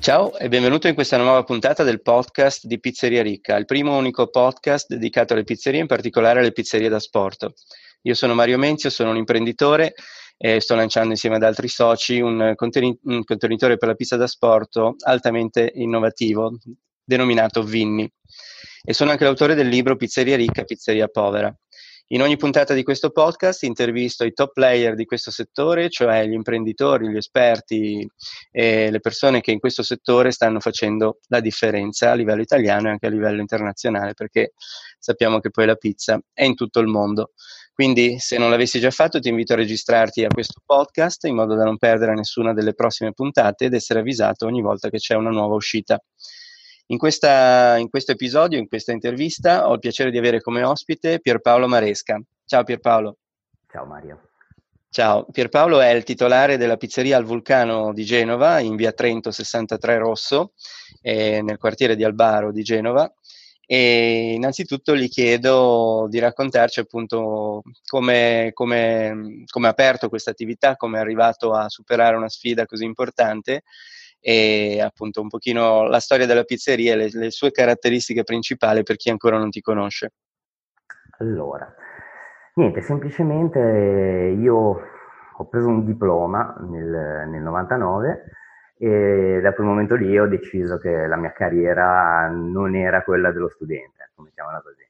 Ciao e benvenuto in questa nuova puntata del podcast di Pizzeria Ricca, il primo e unico podcast dedicato alle pizzerie, in particolare alle pizzerie da sport. Io sono Mario Menzio, sono un imprenditore e sto lanciando insieme ad altri soci un contenitore per la pizza da sport altamente innovativo, denominato Vinni. E sono anche l'autore del libro Pizzeria Ricca, Pizzeria Povera. In ogni puntata di questo podcast intervisto i top player di questo settore, cioè gli imprenditori, gli esperti e le persone che in questo settore stanno facendo la differenza a livello italiano e anche a livello internazionale, perché sappiamo che poi la pizza è in tutto il mondo. Quindi, se non l'avessi già fatto, ti invito a registrarti a questo podcast in modo da non perdere nessuna delle prossime puntate ed essere avvisato ogni volta che c'è una nuova uscita. In questo episodio, in questa intervista, ho il piacere di avere come ospite Pierpaolo Maresca. Ciao Pierpaolo. Ciao Mario. Ciao, Pierpaolo è il titolare della pizzeria Al Vulcano di Genova, in via Trento 63 Rosso, nel quartiere di Albaro di Genova. E innanzitutto gli chiedo di raccontarci appunto come ha aperto questa attività, come è arrivato a superare una sfida così importante e appunto un pochino la storia della pizzeria e le sue caratteristiche principali per chi ancora non ti conosce. Allora, niente, semplicemente io ho preso un diploma nel 99 e da quel momento lì ho deciso che la mia carriera non era quella dello studente, mettiamola così.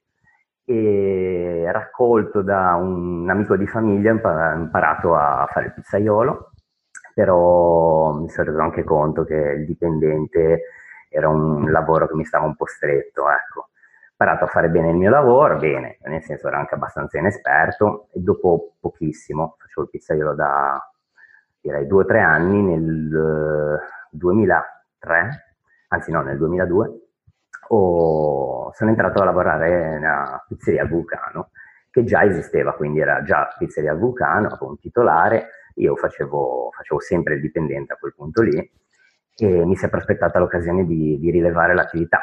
E raccolto da un amico di famiglia ho imparato a fare il pizzaiolo, però mi sono reso anche conto che il dipendente era un lavoro che mi stava un po' stretto, ecco. Ho imparato a fare bene il mio lavoro, bene, nel senso ero anche abbastanza inesperto, e dopo pochissimo, facevo il pizzaiolo da direi 2 o 3 anni, nel 2003, anzi no, nel 2002, sono entrato a lavorare nella pizzeria Al Vulcano, che già esisteva, quindi era già pizzeria Al Vulcano, avevo un titolare. Io facevo sempre il dipendente a quel punto lì e mi si è prospettata l'occasione di rilevare l'attività.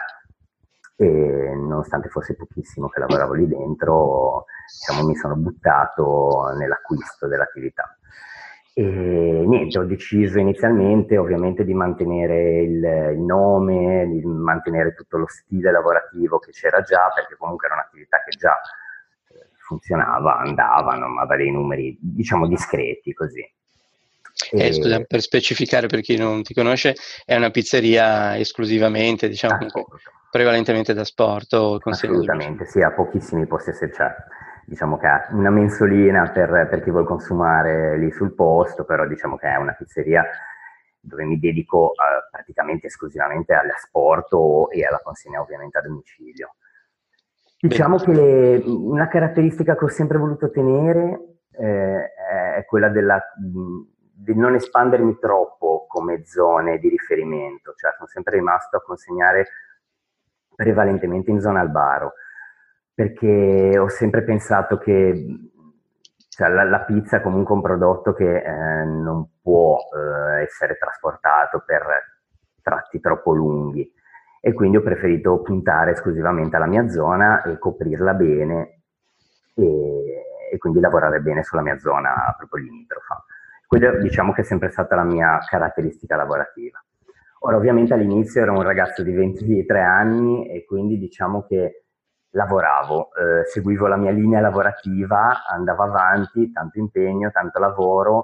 E nonostante fosse pochissimo che lavoravo lì dentro, diciamo, mi sono buttato nell'acquisto dell'attività. E niente, ho deciso inizialmente ovviamente di mantenere il nome, di mantenere tutto lo stile lavorativo che c'era già, perché comunque era un'attività che già funzionava, andavano, ma aveva dei numeri, diciamo, discreti così. Scusa, per specificare per chi non ti conosce, è una pizzeria esclusivamente, diciamo, prevalentemente da sport o assolutamente, sì, ha pochissimi posti se c'è. Diciamo che ha una mensolina per chi vuol consumare lì sul posto, però diciamo che è una pizzeria dove mi dedico praticamente esclusivamente all'asporto e alla consegna ovviamente a domicilio. Diciamo che una caratteristica che ho sempre voluto tenere è quella di non espandermi troppo come zone di riferimento, cioè sono sempre rimasto a consegnare prevalentemente in zona Albaro, perché ho sempre pensato che cioè, la pizza è comunque un prodotto che non può essere trasportato per tratti troppo lunghi, e quindi ho preferito puntare esclusivamente alla mia zona e coprirla bene e quindi lavorare bene sulla mia zona proprio limitrofa. Quella diciamo che è sempre stata la mia caratteristica lavorativa. Ora ovviamente all'inizio ero un ragazzo di 23 anni e quindi diciamo che lavoravo, seguivo la mia linea lavorativa, andavo avanti, tanto impegno, tanto lavoro,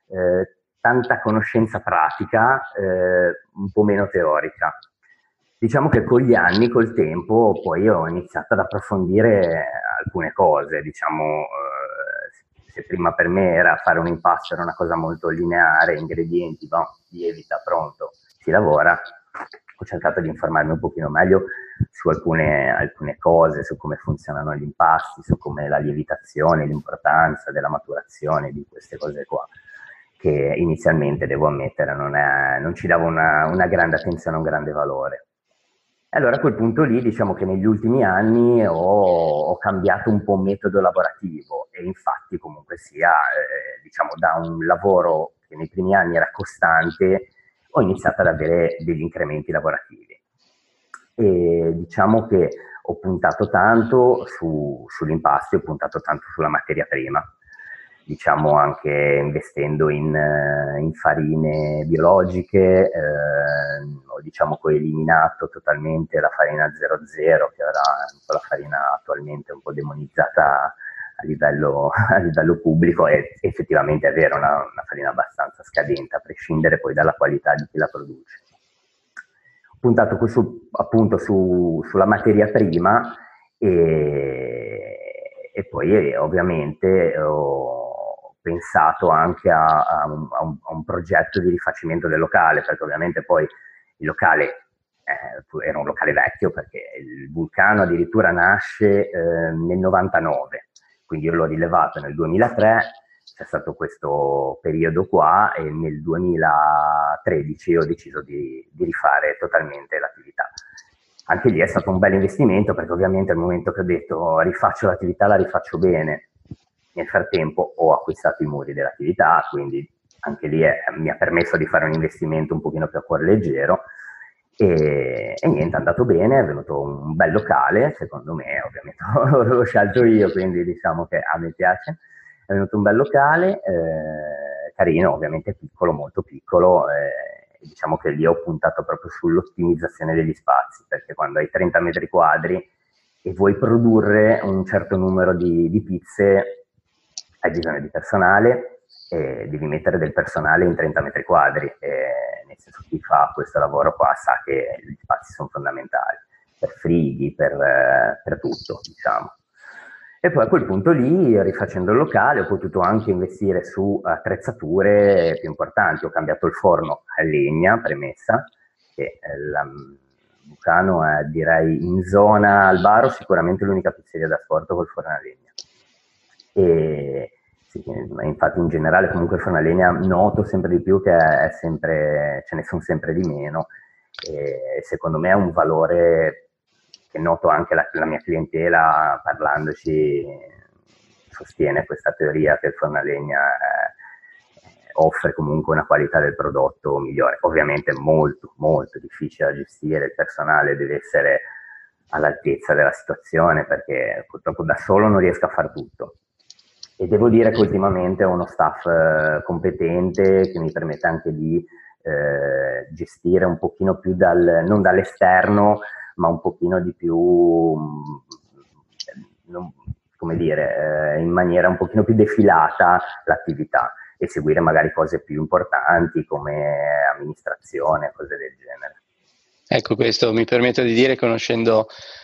tanta conoscenza pratica, un po' meno teorica. Diciamo che con gli anni, col tempo, poi ho iniziato ad approfondire alcune cose, diciamo, se prima per me era fare un impasto, era una cosa molto lineare, ingredienti, lievita, pronto, si lavora, ho cercato di informarmi un pochino meglio su alcune cose, su come funzionano gli impasti, su come la lievitazione, l'importanza della maturazione, di queste cose qua, che inizialmente, devo ammettere, non ci davo una grande attenzione, un grande valore. Allora a quel punto lì diciamo che negli ultimi anni ho cambiato un po' metodo lavorativo e infatti comunque sia diciamo da un lavoro che nei primi anni era costante ho iniziato ad avere degli incrementi lavorativi e diciamo che ho puntato tanto sugli impasti, ho puntato tanto sulla materia prima, diciamo anche investendo in farine biologiche, ho diciamo, eliminato totalmente la farina 00, che era un po' la farina attualmente un po' demonizzata a livello pubblico, e effettivamente è vero, una farina abbastanza scadente, a prescindere poi dalla qualità di chi la produce. Ho puntato qui appunto sulla materia prima, e poi ovviamente ho pensato anche a un progetto di rifacimento del locale, perché ovviamente poi il locale era un locale vecchio, perché il Vulcano addirittura nasce nel 99, quindi io l'ho rilevato nel 2003, c'è stato questo periodo qua, e nel 2013 ho deciso di rifare totalmente l'attività. Anche lì è stato un bel investimento, perché ovviamente al momento che ho detto rifaccio l'attività, la rifaccio bene. Nel frattempo ho acquistato i muri dell'attività, quindi anche lì mi ha permesso di fare un investimento un pochino più a cuore leggero, e niente, è andato bene, è venuto un bel locale, secondo me, ovviamente l'ho scelto io, quindi diciamo che a me piace. È venuto un bel locale, carino, ovviamente piccolo, molto piccolo, diciamo che lì ho puntato proprio sull'ottimizzazione degli spazi, perché quando hai 30 metri quadri e vuoi produrre un certo numero di pizze, hai bisogno di personale, e devi mettere del personale in 30 metri quadri, nel senso, chi fa questo lavoro qua sa che gli spazi sono fondamentali, per frighi, per tutto, diciamo. E poi a quel punto lì, rifacendo il locale, ho potuto anche investire su attrezzature più importanti. Ho cambiato il forno a legna, premessa, che la Vulcano è, direi, in zona Albaro sicuramente l'unica pizzeria da sport col forno a legna. E sì, infatti in generale comunque il forno a legna noto sempre di più che è sempre, ce ne sono sempre di meno, e secondo me è un valore che noto anche la mia clientela, parlandoci, sostiene questa teoria che il forno a legna offre comunque una qualità del prodotto migliore. Ovviamente è molto molto difficile da gestire, il personale deve essere all'altezza della situazione, perché purtroppo da solo non riesco a far tutto. E devo dire che ultimamente ho uno staff competente, che mi permette anche di gestire un pochino più non dall'esterno, ma un pochino di più, come dire, in maniera un pochino più defilata l'attività, e seguire magari cose più importanti come amministrazione, cose del genere. Ecco, questo mi permetto di dire, conoscendo,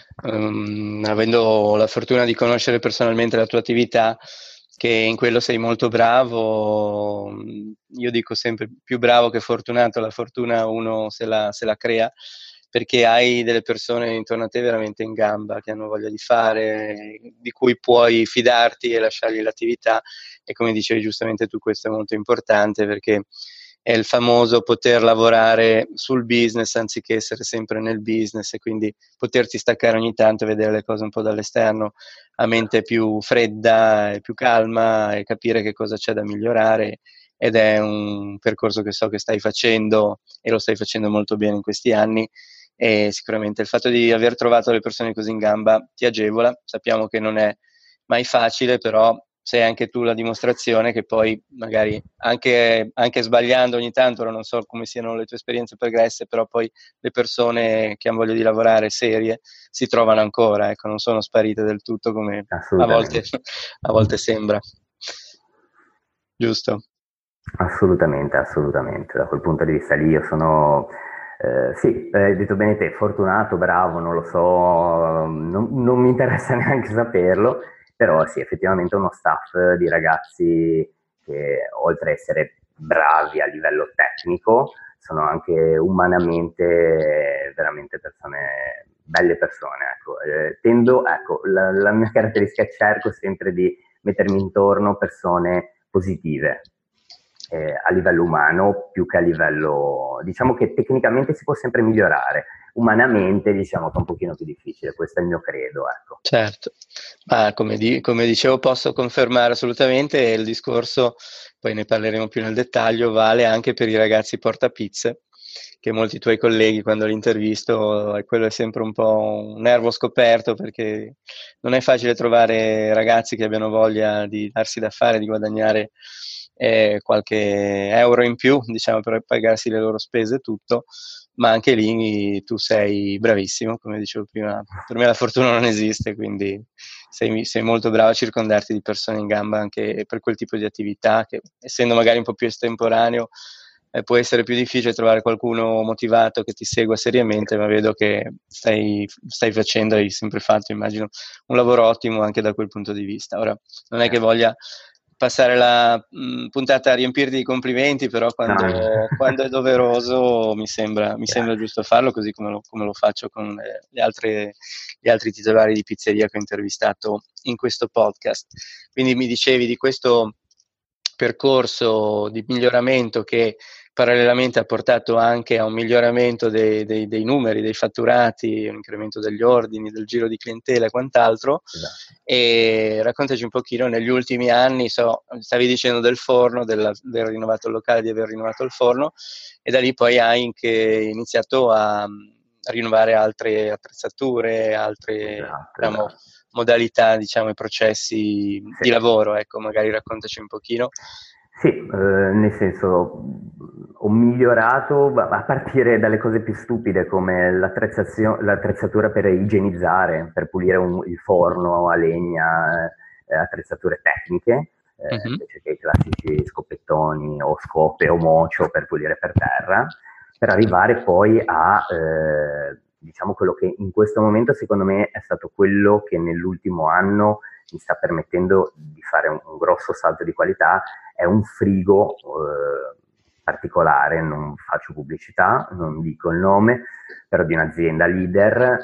avendo la fortuna di conoscere personalmente la tua attività, che in quello sei molto bravo. Io dico sempre più bravo che fortunato, la fortuna uno se la crea, perché hai delle persone intorno a te veramente in gamba, che hanno voglia di fare, di cui puoi fidarti e lasciargli l'attività, e come dicevi giustamente tu, questo è molto importante, perché è il famoso poter lavorare sul business anziché essere sempre nel business, e quindi poterti staccare ogni tanto e vedere le cose un po' dall'esterno a mente più fredda e più calma, e capire che cosa c'è da migliorare. Ed è un percorso che so che stai facendo, e lo stai facendo molto bene in questi anni, e sicuramente il fatto di aver trovato le persone così in gamba ti agevola. Sappiamo che non è mai facile, però sei anche tu la dimostrazione che poi magari anche sbagliando ogni tanto, non so come siano le tue esperienze pregresse, però poi le persone che hanno voglia di lavorare serie si trovano ancora, ecco, non sono sparite del tutto come a volte sembra. Giusto? Assolutamente, assolutamente. Da quel punto di vista lì io sono, sì, hai detto bene te, fortunato, bravo, non lo so, non mi interessa neanche saperlo, però sì, effettivamente uno staff di ragazzi che, oltre a essere bravi a livello tecnico, sono anche umanamente veramente persone, belle persone, ecco. Ecco, la mia caratteristica è cerco sempre di mettermi intorno persone positive, a livello umano più che a livello, diciamo che tecnicamente si può sempre migliorare, umanamente diciamo che è un pochino più difficile, questo è il mio credo, ecco. Certo, ma come dicevo, posso confermare assolutamente, e il discorso, poi ne parleremo più nel dettaglio, vale anche per i ragazzi portapizze, che molti tuoi colleghi, quando li intervisto, quello è sempre un po' un nervo scoperto, perché non è facile trovare ragazzi che abbiano voglia di darsi da fare, di guadagnare qualche euro in più, diciamo, per pagarsi le loro spese e tutto. ma anche lì tu sei bravissimo, come dicevo prima, per me la fortuna non esiste, quindi sei molto bravo a circondarti di persone in gamba anche per quel tipo di attività che, essendo magari un po' più estemporaneo, può essere più difficile trovare qualcuno motivato che ti segua seriamente, ma vedo che stai facendo, hai sempre fatto, immagino, un lavoro ottimo anche da quel punto di vista. Ora, non è che voglia passare la puntata a riempirti di complimenti, però quando è doveroso mi sembra giusto farlo, così come lo faccio con gli altri titolari di pizzeria che ho intervistato in questo podcast. Quindi mi dicevi di questo percorso di miglioramento che parallelamente ha portato anche a un miglioramento dei numeri, dei fatturati, un incremento degli ordini, del giro di clientela e quant'altro. Esatto. E raccontaci un pochino, negli ultimi anni, stavi dicendo del forno, aver rinnovato il locale, di aver rinnovato il forno, e da lì poi hai anche iniziato a rinnovare altre attrezzature, altre Esatto. modalità, diciamo, e processi di lavoro. Ecco, magari raccontaci un pochino. Sì, nel senso, ho migliorato a partire dalle cose più stupide come l'attrezzatura per igienizzare, per pulire il forno a legna, attrezzature tecniche, invece che i classici scoppettoni o scope o mocio per pulire per terra, per arrivare poi a, diciamo, quello che in questo momento secondo me è stato quello che nell'ultimo anno mi sta permettendo di fare un grosso salto di qualità. È un frigo particolare, non faccio pubblicità, non dico il nome, però di un'azienda leader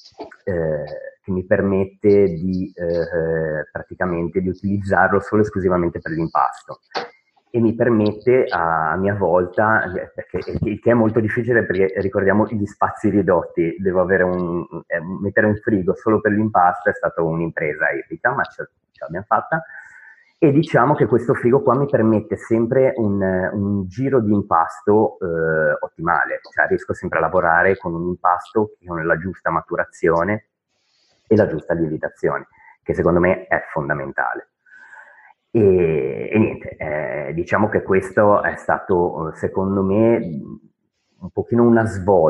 che mi permette di praticamente di utilizzarlo solo e esclusivamente per l'impasto. E mi permette a mia volta, perché il che è molto difficile perché ricordiamo gli spazi ridotti, devo avere mettere un frigo solo per l'impasto è stata un'impresa epica, ma ce l'abbiamo fatta. E diciamo che questo frigo qua mi permette sempre un giro di impasto ottimale, cioè riesco sempre a lavorare con un impasto con la giusta maturazione e la giusta lievitazione, che secondo me è fondamentale. E niente, diciamo che questo è stato secondo me un pochino una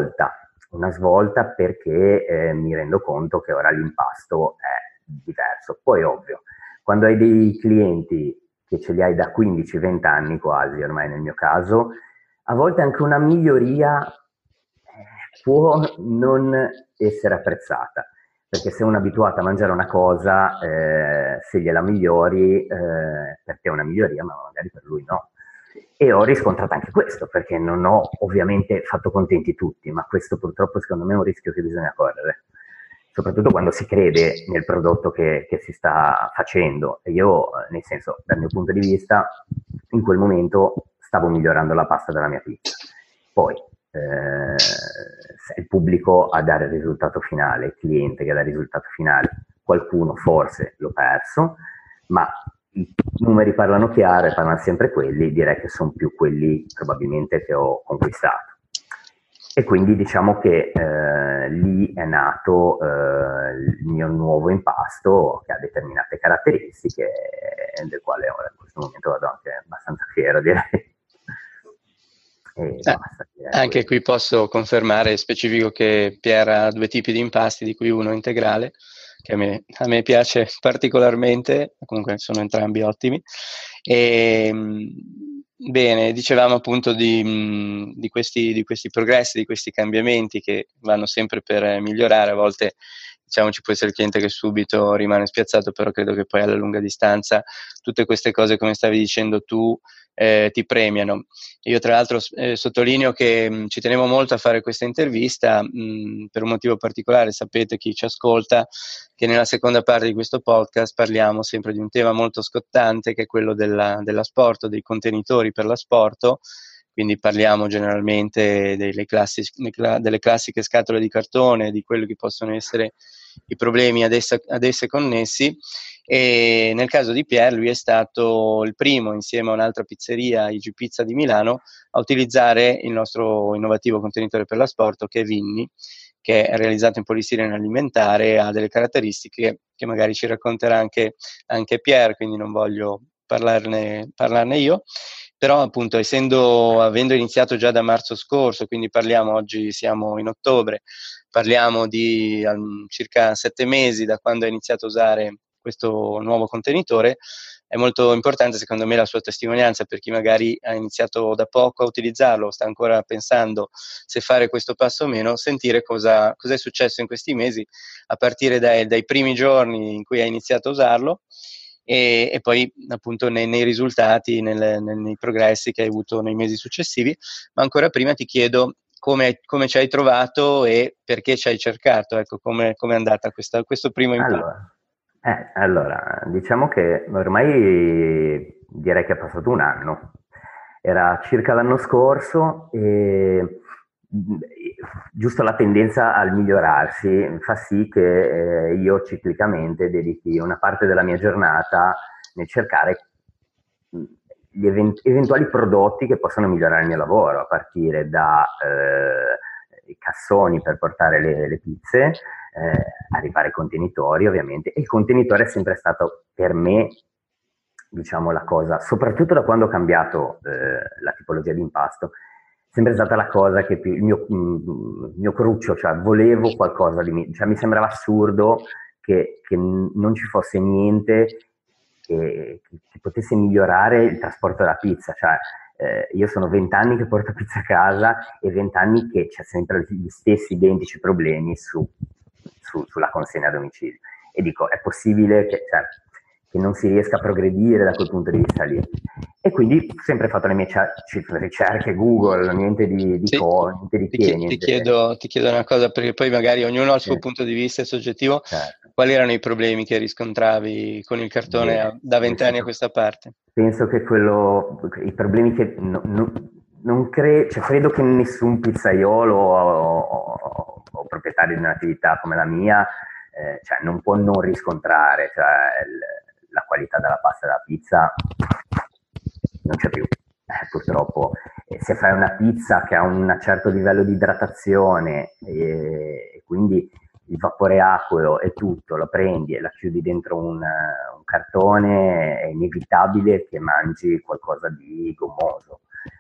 svolta perché mi rendo conto che ora l'impasto è diverso. Poi ovvio, quando hai dei clienti che ce li hai da 15-20 anni quasi, ormai nel mio caso, a volte anche una miglioria può non essere apprezzata, perché se uno è abituato a mangiare una cosa, se gliela migliori, per te è una miglioria, ma magari per lui no. E ho riscontrato anche questo, perché non ho ovviamente fatto contenti tutti, ma questo purtroppo secondo me è un rischio che bisogna correre, soprattutto quando si crede nel prodotto che si sta facendo. E io, nel senso, dal mio punto di vista, in quel momento stavo migliorando la pasta della mia pizza. Poi, se è il pubblico a dare il risultato finale, il cliente che dà il risultato finale, qualcuno forse l'ho perso, ma i numeri parlano chiaro e parlano sempre quelli, direi che sono più quelli probabilmente che ho conquistato. E quindi diciamo che lì è nato il mio nuovo impasto che ha determinate caratteristiche del quale ora in questo momento vado anche abbastanza fiero, direi. Basta, anche qui posso confermare, specifico, che Pier ha due tipi di impasti, di cui uno integrale, che a me piace particolarmente, comunque sono entrambi ottimi. E, bene, dicevamo appunto di questi progressi, di questi cambiamenti che vanno sempre per migliorare. A volte, diciamo, ci può essere il cliente che subito rimane spiazzato, però credo che poi alla lunga distanza tutte queste cose, come stavi dicendo tu, ti premiano. Io tra l'altro sottolineo che ci tenevo molto a fare questa intervista per un motivo particolare. Sapete, chi ci ascolta, che nella seconda parte di questo podcast parliamo sempre di un tema molto scottante, che è quello dell'asporto, dei contenitori per l'asporto. Quindi parliamo generalmente delle classiche scatole di cartone, di quelli che possono essere i problemi ad esse connessi. E nel caso di Pier, lui è stato il primo, insieme a un'altra pizzeria, IG Pizza di Milano, a utilizzare il nostro innovativo contenitore per l'asporto, che è Vinni, che è realizzato in polistirene alimentare, ha delle caratteristiche che magari ci racconterà anche Pier, quindi non voglio parlarne io. però appunto avendo iniziato già da marzo scorso, quindi oggi siamo in ottobre, parliamo di circa 7 mesi da quando ho iniziato a usare questo nuovo contenitore. È molto importante secondo me la sua testimonianza per chi magari ha iniziato da poco a utilizzarlo, sta ancora pensando se fare questo passo o meno, sentire cosa è successo in questi mesi a partire dai primi giorni in cui hai iniziato a usarlo e poi appunto nei risultati, nei progressi che hai avuto nei mesi successivi. Ma ancora prima ti chiedo come ci hai trovato e perché ci hai cercato, ecco, come è andata questo primo impatto. Allora, diciamo che ormai direi che è passato un anno, era circa l'anno scorso e giusto la tendenza al migliorarsi fa sì che io ciclicamente dedichi una parte della mia giornata nel cercare gli eventuali prodotti che possono migliorare il mio lavoro, a partire da i cassoni per portare le pizze, arrivare ai contenitori ovviamente, e il contenitore è sempre stato per me, diciamo, la cosa, soprattutto da quando ho cambiato la tipologia di impasto, sempre stata la cosa che il mio cruccio, cioè volevo qualcosa cioè mi sembrava assurdo che non ci fosse niente che potesse migliorare il trasporto della pizza, cioè io sono 20 anni che porto pizza a casa e 20 anni che c'è sempre gli stessi identici problemi sulla consegna a domicilio. E dico, è possibile che non si riesca a progredire da quel punto di vista lì? E quindi ho sempre fatto le mie ricerche Google, niente di Sì, niente di che, niente. ti chiedo una cosa, perché poi magari ognuno ha il suo punto di vista soggettivo. Certo. Quali erano i problemi che riscontravi con il cartone da 20 anni a questa parte? Penso che i problemi che non cioè, credo che nessun pizzaiolo o proprietario di un'attività come la mia cioè, non può non riscontrare, cioè, la qualità della pasta della pizza non c'è più. Purtroppo, se fai una pizza che ha un certo livello di idratazione e quindi il vapore acqueo e tutto, lo prendi e la chiudi dentro un cartone, è inevitabile che mangi qualcosa di gommoso.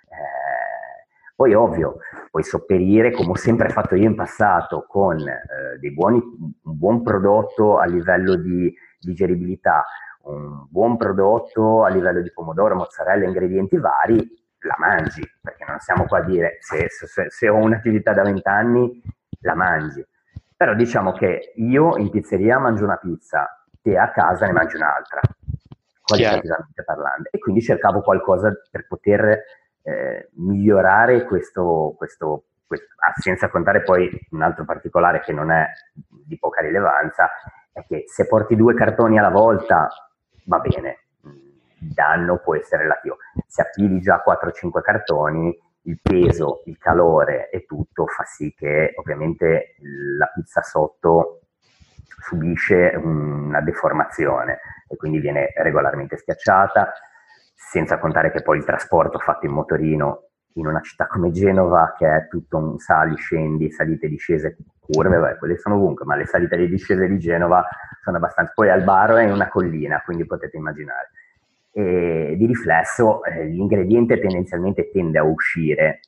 Poi ovvio, puoi sopperire, come ho sempre fatto io in passato, con un buon prodotto a livello di digeribilità, un buon prodotto a livello di pomodoro, mozzarella, ingredienti vari, la mangi, perché non siamo qua a dire se ho un'attività da 20 anni, la mangi. Però diciamo che io in pizzeria mangio una pizza, te a casa ne mangi un'altra, qualitativamente parlando. E quindi cercavo qualcosa per poter migliorare questo, senza contare poi un altro particolare che non è di poca rilevanza, è che se porti 2 cartoni alla volta va bene, il danno può essere relativo. Se appili già 4-5 cartoni, il peso, il calore e tutto fa sì che ovviamente la pizza sotto subisce una deformazione e quindi viene regolarmente schiacciata, senza contare che poi il trasporto fatto in motorino in una città come Genova, che è tutto un sali, scendi, salite, discese, curve, beh, quelle sono ovunque, ma le salite e le discese di Genova sono abbastanza. Poi Albaro è in una collina, quindi potete immaginare. E di riflesso l'ingrediente tendenzialmente tende a uscire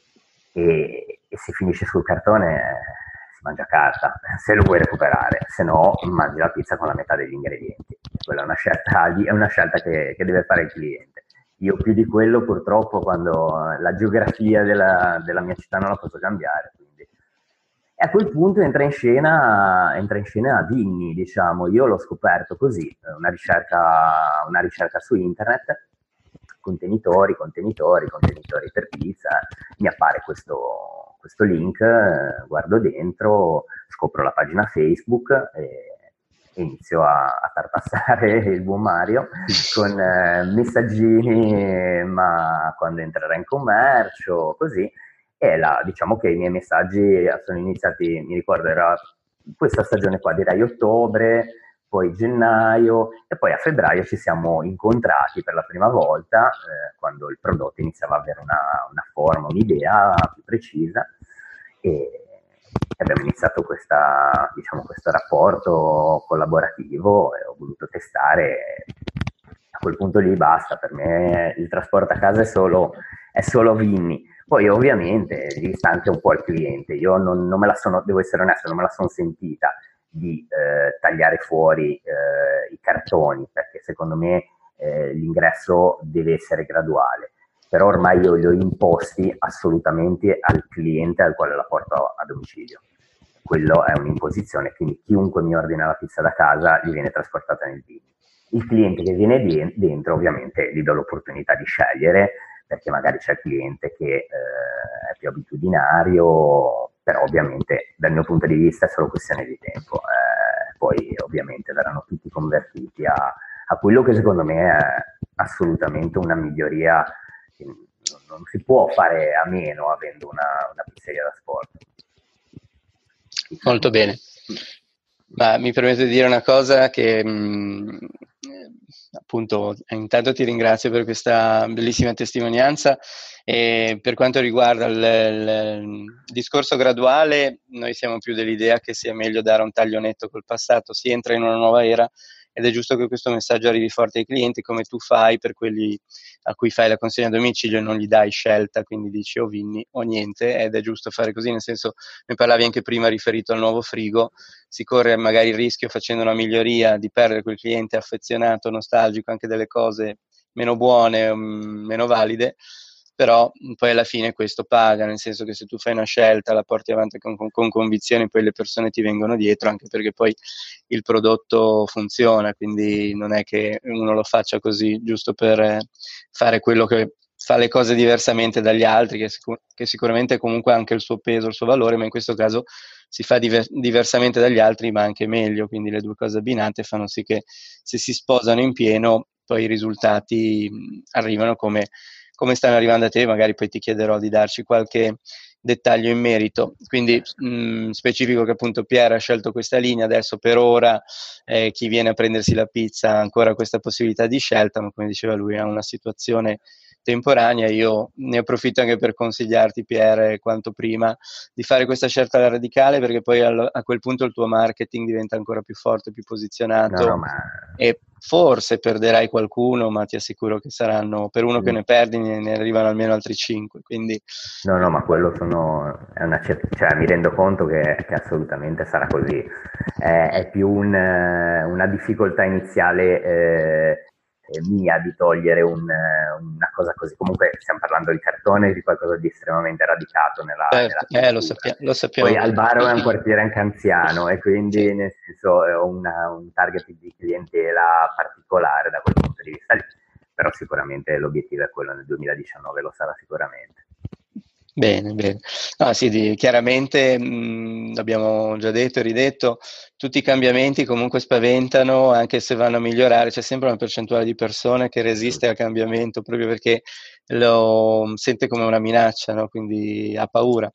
e se finisce sul cartone si mangia carta, se lo vuoi recuperare, se no mangi la pizza con la metà degli ingredienti. Quella è una scelta che deve fare il cliente. Io più di quello purtroppo quando la geografia della mia città non la posso cambiare. Quindi. E a quel punto entra in scena Vinni, diciamo. Io l'ho scoperto così, una ricerca su internet, contenitori per pizza, mi appare questo link, guardo dentro, scopro la pagina Facebook e inizio a tartassare il buon Mario con messaggini, ma quando entrerà in commercio, così. E diciamo che i miei messaggi sono iniziati, mi ricordo, era questa stagione qua, direi ottobre, poi gennaio, e poi a febbraio ci siamo incontrati per la prima volta, quando il prodotto iniziava ad avere una forma, un'idea più precisa, e abbiamo iniziato questo rapporto collaborativo e ho voluto testare quel punto lì basta, per me il trasporto a casa è solo Vinny. Poi ovviamente lì sta anche un po' il cliente, io non me la sono, devo essere onesto, non me la sono sentita di tagliare fuori i cartoni, perché secondo me l'ingresso deve essere graduale, però ormai io li ho imposti assolutamente al cliente al quale la porto a domicilio. Quello è un'imposizione, quindi chiunque mi ordina la pizza da casa gli viene trasportata nel Vini. Il cliente che viene dentro ovviamente gli do l'opportunità di scegliere, perché magari c'è il cliente che è più abitudinario, però ovviamente dal mio punto di vista è solo questione di tempo. Poi ovviamente verranno tutti convertiti a quello che secondo me è assolutamente una miglioria che non si può fare a meno avendo una pizzeria da sport. Molto bene. Ma mi permetto di dire una cosa che appunto intanto ti ringrazio per questa bellissima testimonianza, e per quanto riguarda il discorso graduale, noi siamo più dell'idea che sia meglio dare un taglio netto col passato, si entra in una nuova era ed è giusto che questo messaggio arrivi forte ai clienti, come tu fai per quelli a cui fai la consegna a domicilio e non gli dai scelta, quindi dici o Vinni o niente, ed è giusto fare così, nel senso, ne parlavi anche prima riferito al nuovo frigo, si corre magari il rischio, facendo una miglioria, di perdere quel cliente affezionato, nostalgico anche delle cose meno buone, meno valide, però poi alla fine questo paga, nel senso che se tu fai una scelta, la porti avanti con convinzione, poi le persone ti vengono dietro, anche perché poi il prodotto funziona, quindi non è che uno lo faccia così giusto per fare quello che fa le cose diversamente dagli altri, che sicuramente comunque ha anche il suo peso, il suo valore, ma in questo caso si fa diversamente dagli altri, ma anche meglio, quindi le due cose abbinate fanno sì che se si sposano in pieno, poi i risultati arrivano come stanno arrivando a te, magari poi ti chiederò di darci qualche dettaglio in merito. Quindi specifico che appunto Pier ha scelto questa linea, adesso per ora chi viene a prendersi la pizza ha ancora questa possibilità di scelta, ma come diceva lui ha una situazione temporanea. Io ne approfitto anche per consigliarti, Pier, quanto prima di fare questa scelta radicale, perché poi a quel punto il tuo marketing diventa ancora più forte, più posizionato, e forse perderai qualcuno, ma ti assicuro che saranno, per uno che ne perdi ne arrivano almeno altri 5, quindi no, ma quello cioè mi rendo conto che assolutamente sarà così. È più una difficoltà iniziale mia di togliere una cosa così. Comunque stiamo parlando di cartone, di qualcosa di estremamente radicato certo, nella lo sappiamo Poi bene. Albaro è un quartiere anche anziano e quindi Sì. nel senso ho un target di clientela particolare da quel punto di vista lì, però sicuramente l'obiettivo è quello, nel 2019 lo sarà sicuramente. Bene, bene. No, sì, chiaramente abbiamo già detto e ridetto, tutti i cambiamenti comunque spaventano, anche se vanno a migliorare, c'è sempre una percentuale di persone che resiste al cambiamento proprio perché lo sente come una minaccia, no? Quindi ha paura.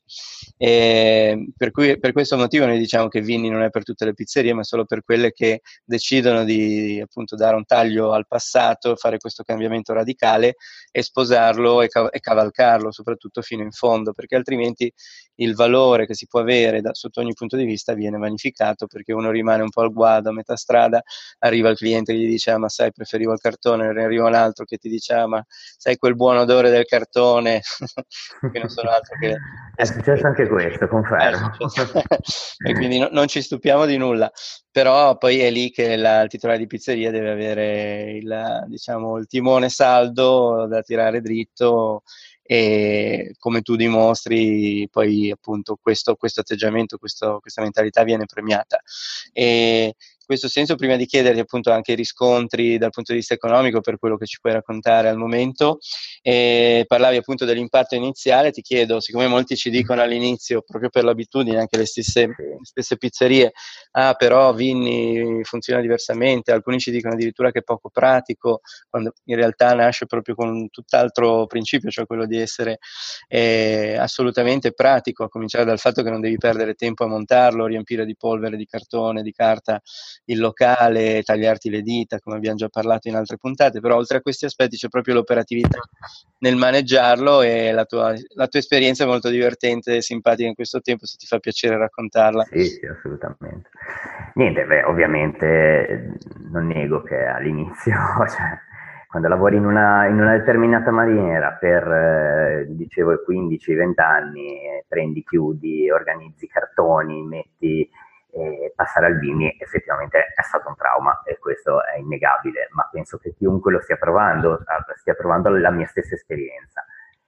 E per questo motivo noi diciamo che Vinni non è per tutte le pizzerie, ma solo per quelle che decidono di appunto dare un taglio al passato, fare questo cambiamento radicale e sposarlo e cavalcarlo soprattutto fino in fondo, perché altrimenti il valore che si può avere sotto ogni punto di vista viene vanificato, perché uno rimane un po' al guado a metà strada, arriva il cliente che gli dice ma sai preferivo il cartone, ne arriva un altro che ti dice ma sai quel buon odore del cartone che non sono altro che È successo anche questo, confermo. e quindi non ci stupiamo di nulla, però poi è lì che il titolare di pizzeria deve avere diciamo, il timone saldo da tirare dritto, e come tu dimostri poi appunto questo atteggiamento, questa mentalità viene premiata. E in questo senso, prima di chiederti appunto anche i riscontri dal punto di vista economico per quello che ci puoi raccontare al momento, parlavi appunto dell'impatto iniziale, ti chiedo, siccome molti ci dicono all'inizio, proprio per l'abitudine, anche le stesse pizzerie, però Vinni funziona diversamente, alcuni ci dicono addirittura che è poco pratico, quando in realtà nasce proprio con un tutt'altro principio, cioè quello di essere assolutamente pratico, a cominciare dal fatto che non devi perdere tempo a montarlo, riempire di polvere, di cartone, di carta il locale, tagliarti le dita, come abbiamo già parlato in altre puntate, però oltre a questi aspetti c'è proprio l'operatività nel maneggiarlo, e la tua esperienza è molto divertente e simpatica in questo tempo, se ti fa piacere raccontarla. Sì, assolutamente. Niente, beh, ovviamente non nego che all'inizio cioè, quando lavori in una determinata maniera per, dicevo, 15-20 anni, prendi, chiudi, organizzi cartoni, metti, passare al Vimini, effettivamente è stato un trauma e questo è innegabile, ma penso che chiunque lo stia provando la mia stessa esperienza.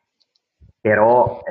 Però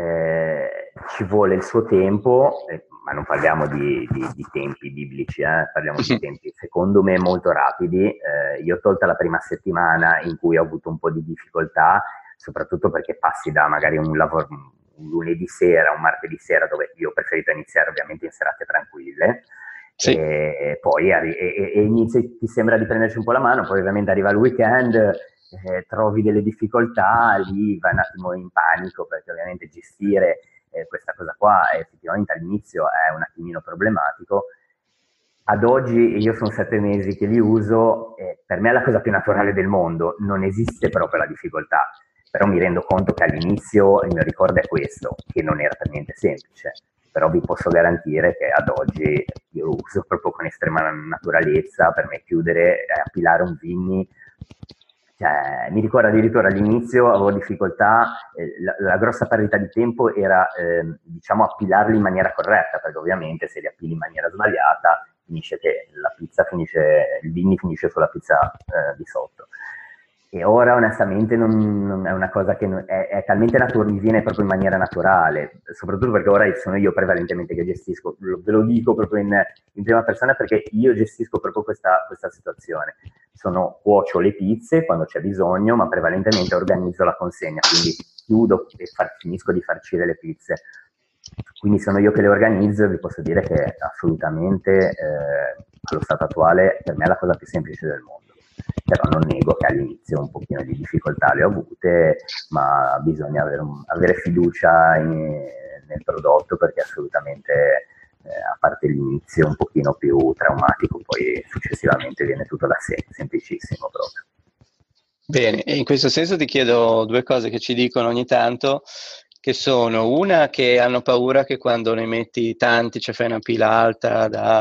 ci vuole il suo tempo, ma non parliamo di tempi biblici, parliamo di tempi secondo me molto rapidi. Io ho tolta la prima settimana in cui ho avuto un po' di difficoltà, soprattutto perché passi da magari un lavoro un lunedì sera, un martedì sera, dove io ho preferito iniziare ovviamente in serate tranquille, Sì. e poi inizi, ti sembra di prenderci un po' la mano, poi ovviamente arriva il weekend, trovi delle difficoltà, lì vai un attimo in panico perché ovviamente gestire questa cosa qua effettivamente all'inizio è un attimino problematico. Ad oggi io sono 7 mesi che li uso, per me è la cosa più naturale del mondo, non esiste proprio la difficoltà, però mi rendo conto che all'inizio il mio ricordo è questo, che non era per niente semplice, però vi posso garantire che ad oggi io lo uso proprio con estrema naturalezza. Per me chiudere e appilare un Vimini, cioè, mi ricordo addirittura all'inizio avevo difficoltà, la grossa perdita di tempo era diciamo appilarli in maniera corretta, perché ovviamente se li appili in maniera sbagliata finisce che la pizza finisce, il Vimini finisce sulla pizza di sotto. E ora onestamente non è una cosa che è talmente naturale, mi viene proprio in maniera naturale, soprattutto perché ora sono io prevalentemente che gestisco, ve lo dico proprio in prima persona perché io gestisco proprio questa situazione. Cuocio le pizze quando c'è bisogno, ma prevalentemente organizzo la consegna, quindi chiudo e finisco di farcire le pizze. Quindi sono io che le organizzo e vi posso dire che assolutamente allo stato attuale per me è la cosa più semplice del mondo. Però non nego che all'inizio un pochino di difficoltà le ho avute, ma bisogna avere fiducia nel prodotto, perché assolutamente, a parte l'inizio un pochino più traumatico, poi successivamente viene tutto da sé, semplicissimo proprio. Bene, e in questo senso ti chiedo due cose che ci dicono ogni tanto, che sono una che hanno paura che quando ne metti tanti, cioè fai una pila alta da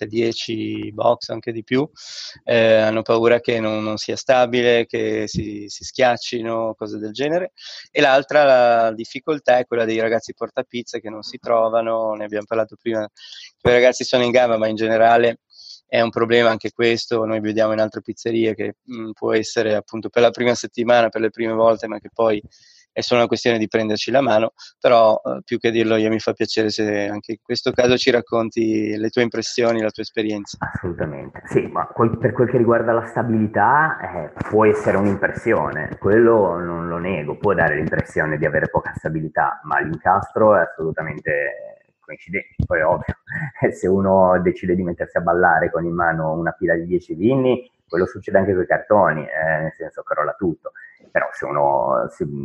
7-10 box, anche di più, hanno paura che non sia stabile, che si schiaccino, cose del genere. E l'altra, la difficoltà è quella dei ragazzi portapizza che non si trovano, ne abbiamo parlato prima, i ragazzi sono in gamba, ma in generale è un problema anche questo, noi vediamo in altre pizzerie che può essere appunto per la prima settimana, per le prime volte, ma che poi è solo una questione di prenderci la mano, però più che dirlo io mi fa piacere se anche in questo caso ci racconti le tue impressioni, la tua esperienza. Assolutamente, sì, ma per quel che riguarda la stabilità può essere un'impressione, quello non lo nego, può dare l'impressione di avere poca stabilità, ma l'incastro è assolutamente coincidente. Poi ovvio, se uno decide di mettersi a ballare con in mano una pila di 10 vini, quello succede anche con i cartoni, nel senso crolla tutto, però se uno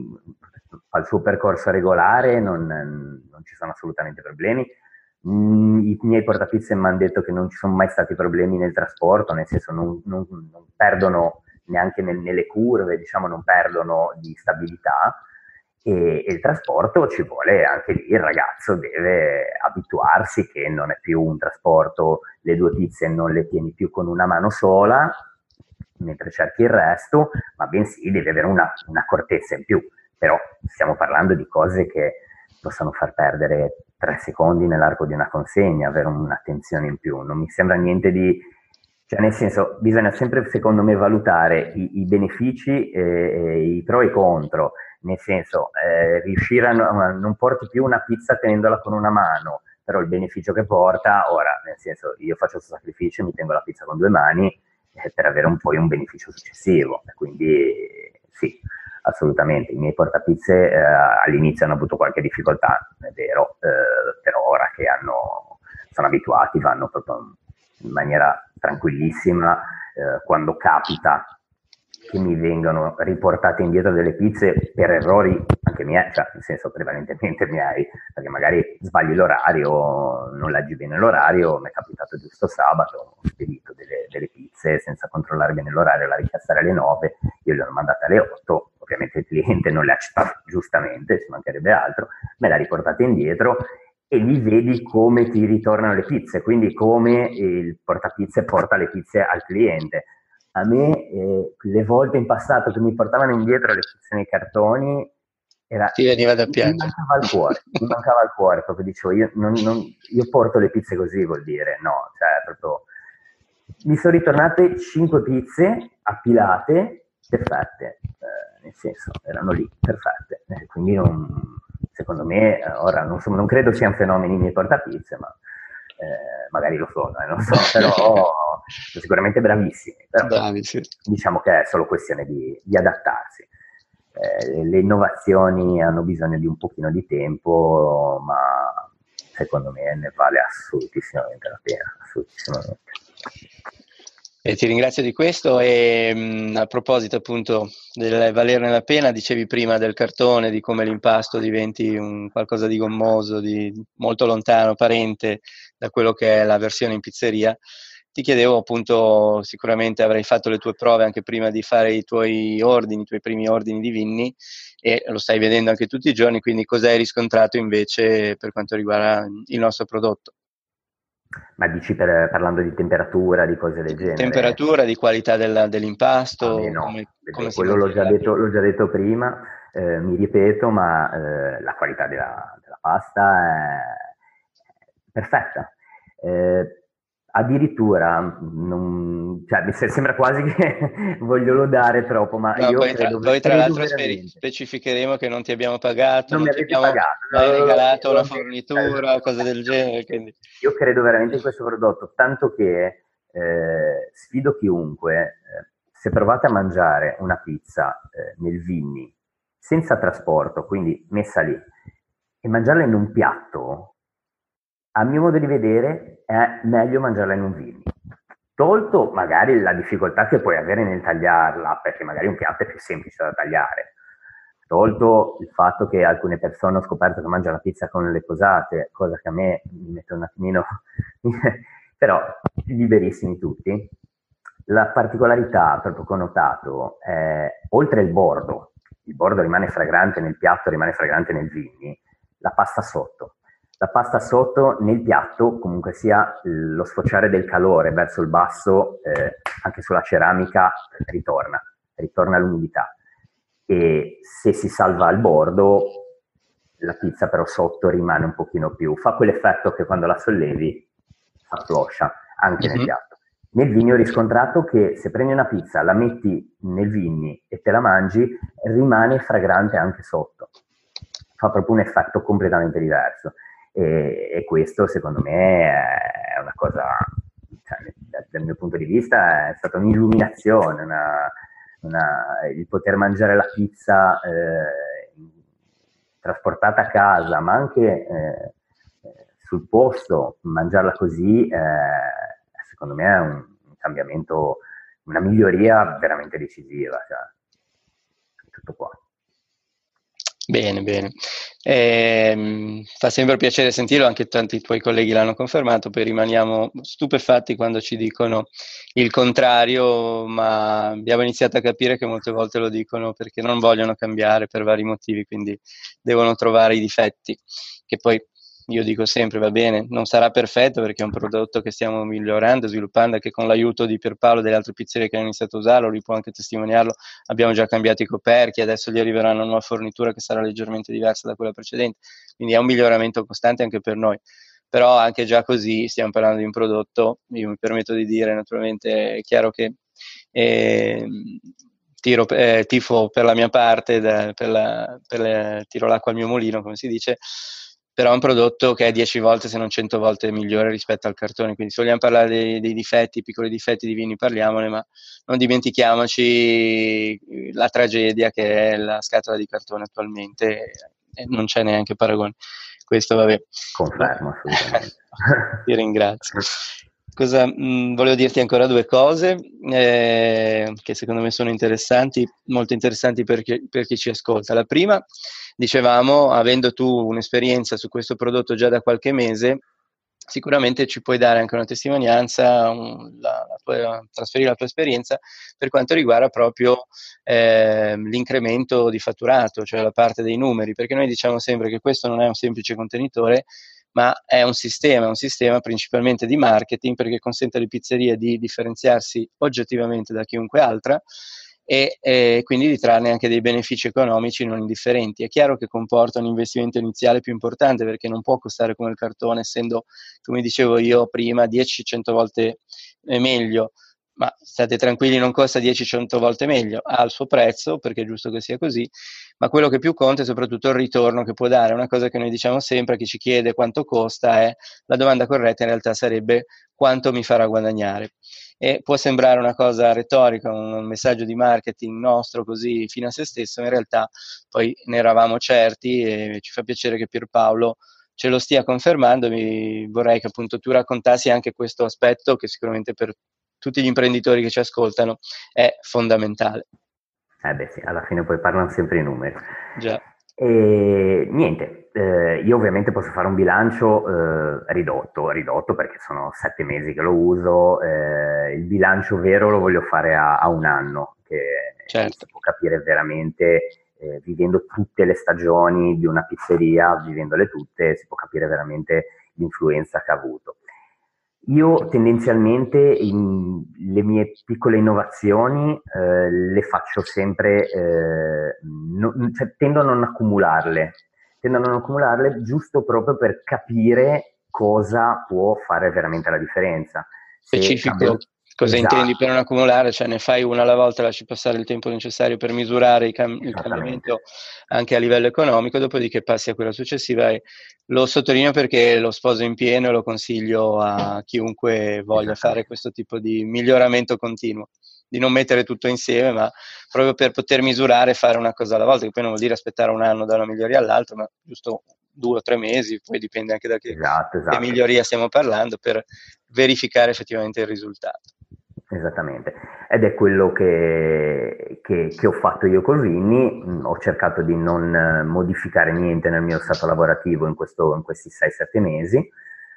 fa il suo percorso regolare non ci sono assolutamente problemi. I miei portapizze mi hanno detto che non ci sono mai stati problemi nel trasporto, nel senso non perdono neanche nelle curve, diciamo, non perdono di stabilità, e il trasporto ci vuole anche lì, il ragazzo deve abituarsi che non è più un trasporto, le 2 pizze non le tieni più con una mano sola mentre cerchi il resto, ma bensì deve avere un'accortezza in più. Però stiamo parlando di cose che possono far perdere 3 secondi nell'arco di una consegna, avere un'attenzione in più. Non mi sembra niente di... Cioè, nel senso, bisogna sempre, secondo me, valutare i benefici, i pro e i contro. Nel senso, riuscire non porti più una pizza tenendola con una mano, però il beneficio che porta, ora, nel senso, io faccio questo sacrificio e mi tengo la pizza con 2 mani per avere poi un beneficio successivo. Quindi, sì, assolutamente. I miei portapizze all'inizio hanno avuto qualche difficoltà, è vero, però ora che sono abituati, vanno proprio in maniera tranquillissima. Quando capita che mi vengano riportate indietro delle pizze per errori anche miei, cioè nel senso prevalentemente miei, perché magari sbagli l'orario, non leggi bene l'orario. Mi è capitato giusto sabato, ho spedito delle pizze senza controllare bene l'orario, la richiesta era alle 9, io le ho mandate alle 8, ovviamente il cliente non le ha accettate, giustamente, ci mancherebbe altro, me le ha riportate indietro, e lì vedi come ti ritornano le pizze, quindi come il portapizze porta le pizze al cliente. a me le volte in passato che mi portavano indietro le pizze nei cartoni, Ti veniva da mi piangere. mancava il cuore, proprio dicevo, io porto le pizze così, vuol dire, no, cioè proprio, mi sono ritornate 5 pizze appilate, perfette, nel senso, erano lì, perfette, quindi secondo me, ora non credo siano fenomeni nei portapizze, ma magari lo sono, non so, però sono sicuramente bravissimi, però Bravi, sì. diciamo che è solo questione di adattarsi. Le innovazioni hanno bisogno di un pochino di tempo, ma secondo me ne vale assolutissimamente la pena, assolutissimamente. E ti ringrazio di questo e a proposito appunto del valerne la pena, dicevi prima del cartone, di come l'impasto diventi un qualcosa di gommoso, di molto lontano, parente da quello che è la versione in pizzeria. Ti chiedevo appunto, sicuramente avrai fatto le tue prove anche prima di fare i tuoi primi ordini di vinni e lo stai vedendo anche tutti i giorni, quindi cosa hai riscontrato invece per quanto riguarda il nostro prodotto? Ma dici parlando di temperatura, di cose del genere? Temperatura, di qualità A me dell'impasto, no, come si quello mantiene la pizza. l'ho già detto prima, mi ripeto, ma la qualità della pasta è perfetta. Eh, addirittura, cioè, sembra quasi che voglio lodare troppo, ma No, io poi tra credo l'altro veramente. specificheremo che non ti abbiamo pagato, Non non mi ti avete abbiamo pagato, mai regalato lo una ammetto, fornitura o cose del genere, quindi io credo veramente in questo prodotto, tanto che sfido chiunque, se provate a mangiare una pizza nel Vinni senza trasporto, quindi messa lì, e mangiarla in un piatto, a mio modo di vedere è meglio mangiarla in un Vinni. Tolto magari la difficoltà che puoi avere nel tagliarla, perché magari un piatto è più semplice da tagliare. Tolto il fatto che alcune persone ho scoperto che mangiano la pizza con le posate, cosa che a me mi mette un attimino, però liberissimi tutti. La particolarità proprio che ho notato è, oltre il bordo rimane fragrante nel piatto, rimane fragrante nel Vinni, la pasta sotto. La pasta sotto nel piatto, comunque sia lo sfociare del calore verso il basso, anche sulla ceramica, ritorna l'umidità. E se si salva al bordo, la pizza però sotto rimane un pochino più, fa quell'effetto che quando la sollevi fa floscia anche nel mhm. piatto. Nel Vigni ho riscontrato che se prendi una pizza, la metti nel Vigni e te la mangi, rimane fragrante anche sotto. Fa proprio un effetto completamente diverso. E questo secondo me è una cosa, cioè, dal mio punto di vista è stata un'illuminazione, il poter mangiare la pizza trasportata a casa, ma anche sul posto, mangiarla così, secondo me è un cambiamento, una miglioria veramente decisiva. Cioè, tutto qua. Bene, bene. Fa sempre piacere sentirlo, anche tanti tuoi colleghi l'hanno confermato, poi rimaniamo stupefatti quando ci dicono il contrario, ma abbiamo iniziato a capire che molte volte lo dicono perché non vogliono cambiare per vari motivi, quindi devono trovare i difetti, che poi io dico sempre, va bene, non sarà perfetto perché è un prodotto che stiamo migliorando, sviluppando e che con l'aiuto di Pierpaolo e delle altre pizzerie che hanno iniziato a usarlo, lui può anche testimoniarlo, abbiamo già cambiato i coperchi, adesso gli arriverà una nuova fornitura che sarà leggermente diversa da quella precedente, quindi è un miglioramento costante anche per noi. Però anche già così stiamo parlando di un prodotto, io mi permetto di dire, naturalmente è chiaro che eh, tifo per la mia parte, tiro l'acqua al mio mulino, come si dice, però è un prodotto che è 10 volte se non 100 volte migliore rispetto al cartone, quindi se vogliamo parlare dei difetti, piccoli difetti di vini, parliamone, ma non dimentichiamoci la tragedia che è la scatola di cartone attualmente e non c'è neanche paragone. Questo vabbè. Confermo, assolutamente. Ti ringrazio. Volevo dirti ancora due cose che secondo me sono interessanti, molto interessanti per chi ci ascolta. La prima, dicevamo, avendo tu un'esperienza su questo prodotto già da qualche mese, sicuramente ci puoi dare anche una testimonianza, trasferire la tua esperienza per quanto riguarda proprio l'incremento di fatturato, cioè la parte dei numeri, perché noi diciamo sempre che questo non è un semplice contenitore, ma è un sistema principalmente di marketing, perché consente alle pizzerie di differenziarsi oggettivamente da chiunque altra e quindi di trarne anche dei benefici economici non indifferenti. È chiaro che comporta un investimento iniziale più importante, perché non può costare come il cartone, essendo, come dicevo io prima, 10-100 volte meglio. Ma state tranquilli, non costa 10-100 volte meglio, ha il suo prezzo, perché è giusto che sia così, ma quello che più conta è soprattutto il ritorno che può dare. Una cosa che noi diciamo sempre, chi ci chiede quanto costa, è la domanda corretta in realtà sarebbe quanto mi farà guadagnare. E può sembrare una cosa retorica, un messaggio di marketing nostro così fino a se stesso, in realtà poi ne eravamo certi e ci fa piacere che Pierpaolo ce lo stia confermando. Vorrei che appunto tu raccontassi anche questo aspetto, che sicuramente per tutti gli imprenditori che ci ascoltano è fondamentale. Beh sì, alla fine poi parlano sempre i numeri. Già. E niente, io ovviamente posso fare un bilancio ridotto perché sono 7 mesi che lo uso, il bilancio vero lo voglio fare a un anno, che Certo. si può capire veramente, vivendo tutte le stagioni di una pizzeria, vivendole tutte, si può capire veramente l'influenza che ha avuto. Io tendenzialmente le mie piccole innovazioni le faccio sempre, cioè, tendo a non accumularle giusto proprio per capire cosa può fare veramente la differenza. Se Specifico cambio, cosa intendi per esatto, non accumulare, cioè ne fai una alla volta, lasci passare il tempo necessario per misurare il esattamente. cambiamento anche a livello economico, dopodiché passi a quella successiva, e lo sottolineo perché lo sposo in pieno e lo consiglio a chiunque voglia fare Esattamente. questo tipo di miglioramento continuo, di non mettere tutto insieme, ma proprio per poter misurare e fare una cosa alla volta, che poi non vuol dire aspettare un anno da una miglioria all'altra, ma giusto 2 o 3 mesi, poi dipende anche da che Esatto. miglioria stiamo parlando, per verificare effettivamente il risultato. Esattamente, ed è quello che ho fatto io con Vinny. Ho cercato di non modificare niente nel mio stato lavorativo in questi 6-7 mesi,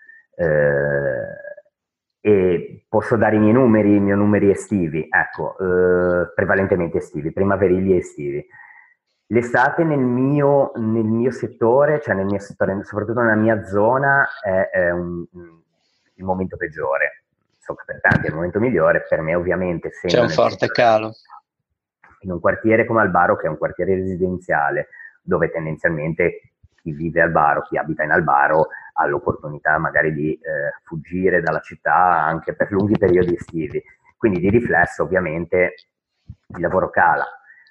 e posso dare i miei numeri estivi, ecco, prevalentemente estivi, primaverili e estivi. L'estate nel mio settore, cioè nel mio settore, soprattutto nella mia zona, è il momento peggiore. So che per tanti è il momento migliore, per me ovviamente, C'è essendo un nel forte centro della calo. città, in un quartiere come Albaro, che è un quartiere residenziale, dove tendenzialmente chi vive al Baro, chi abita in Albaro, ha l'opportunità magari di fuggire dalla città anche per lunghi periodi estivi. Quindi di riflesso ovviamente il lavoro cala.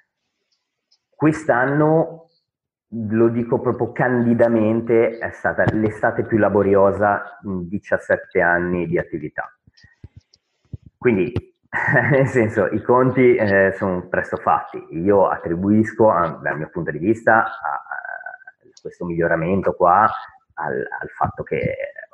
Quest'anno, lo dico proprio candidamente, è stata l'estate più laboriosa in 17 anni di attività. Quindi, nel senso, i conti sono presto fatti. Io attribuisco, dal mio punto di vista, a questo miglioramento qua al fatto che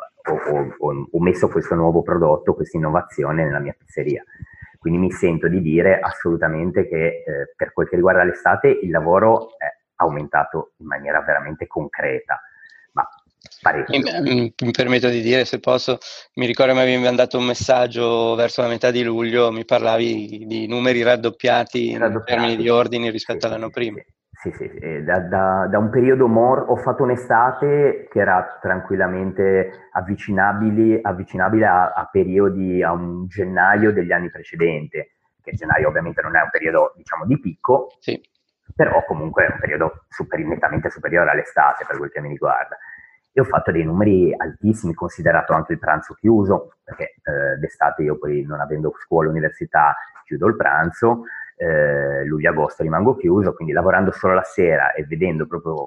ho messo questo nuovo prodotto, questa innovazione nella mia pizzeria. Quindi mi sento di dire assolutamente che per quel che riguarda l'estate il lavoro è aumentato in maniera veramente concreta, ma parecchio. Mi permetto di dire, se posso, mi ricordo che mi avevi mandato un messaggio verso la metà di luglio, mi parlavi di numeri raddoppiati in termini Raddoppiati. di ordini Sì, rispetto sì, all'anno sì, sì, prima. sì. Sì, sì, sì. Da un periodo ho fatto un'estate che era tranquillamente avvicinabile a periodi, a un gennaio degli anni precedenti, che gennaio ovviamente non è un periodo, diciamo, di picco, Sì. però comunque è un periodo nettamente superiore all'estate per quel che mi riguarda. E ho fatto dei numeri altissimi, considerato anche il pranzo chiuso, perché d'estate io poi, non avendo scuola, università, chiudo il pranzo, luglio-agosto rimango chiuso, quindi lavorando solo la sera e vedendo proprio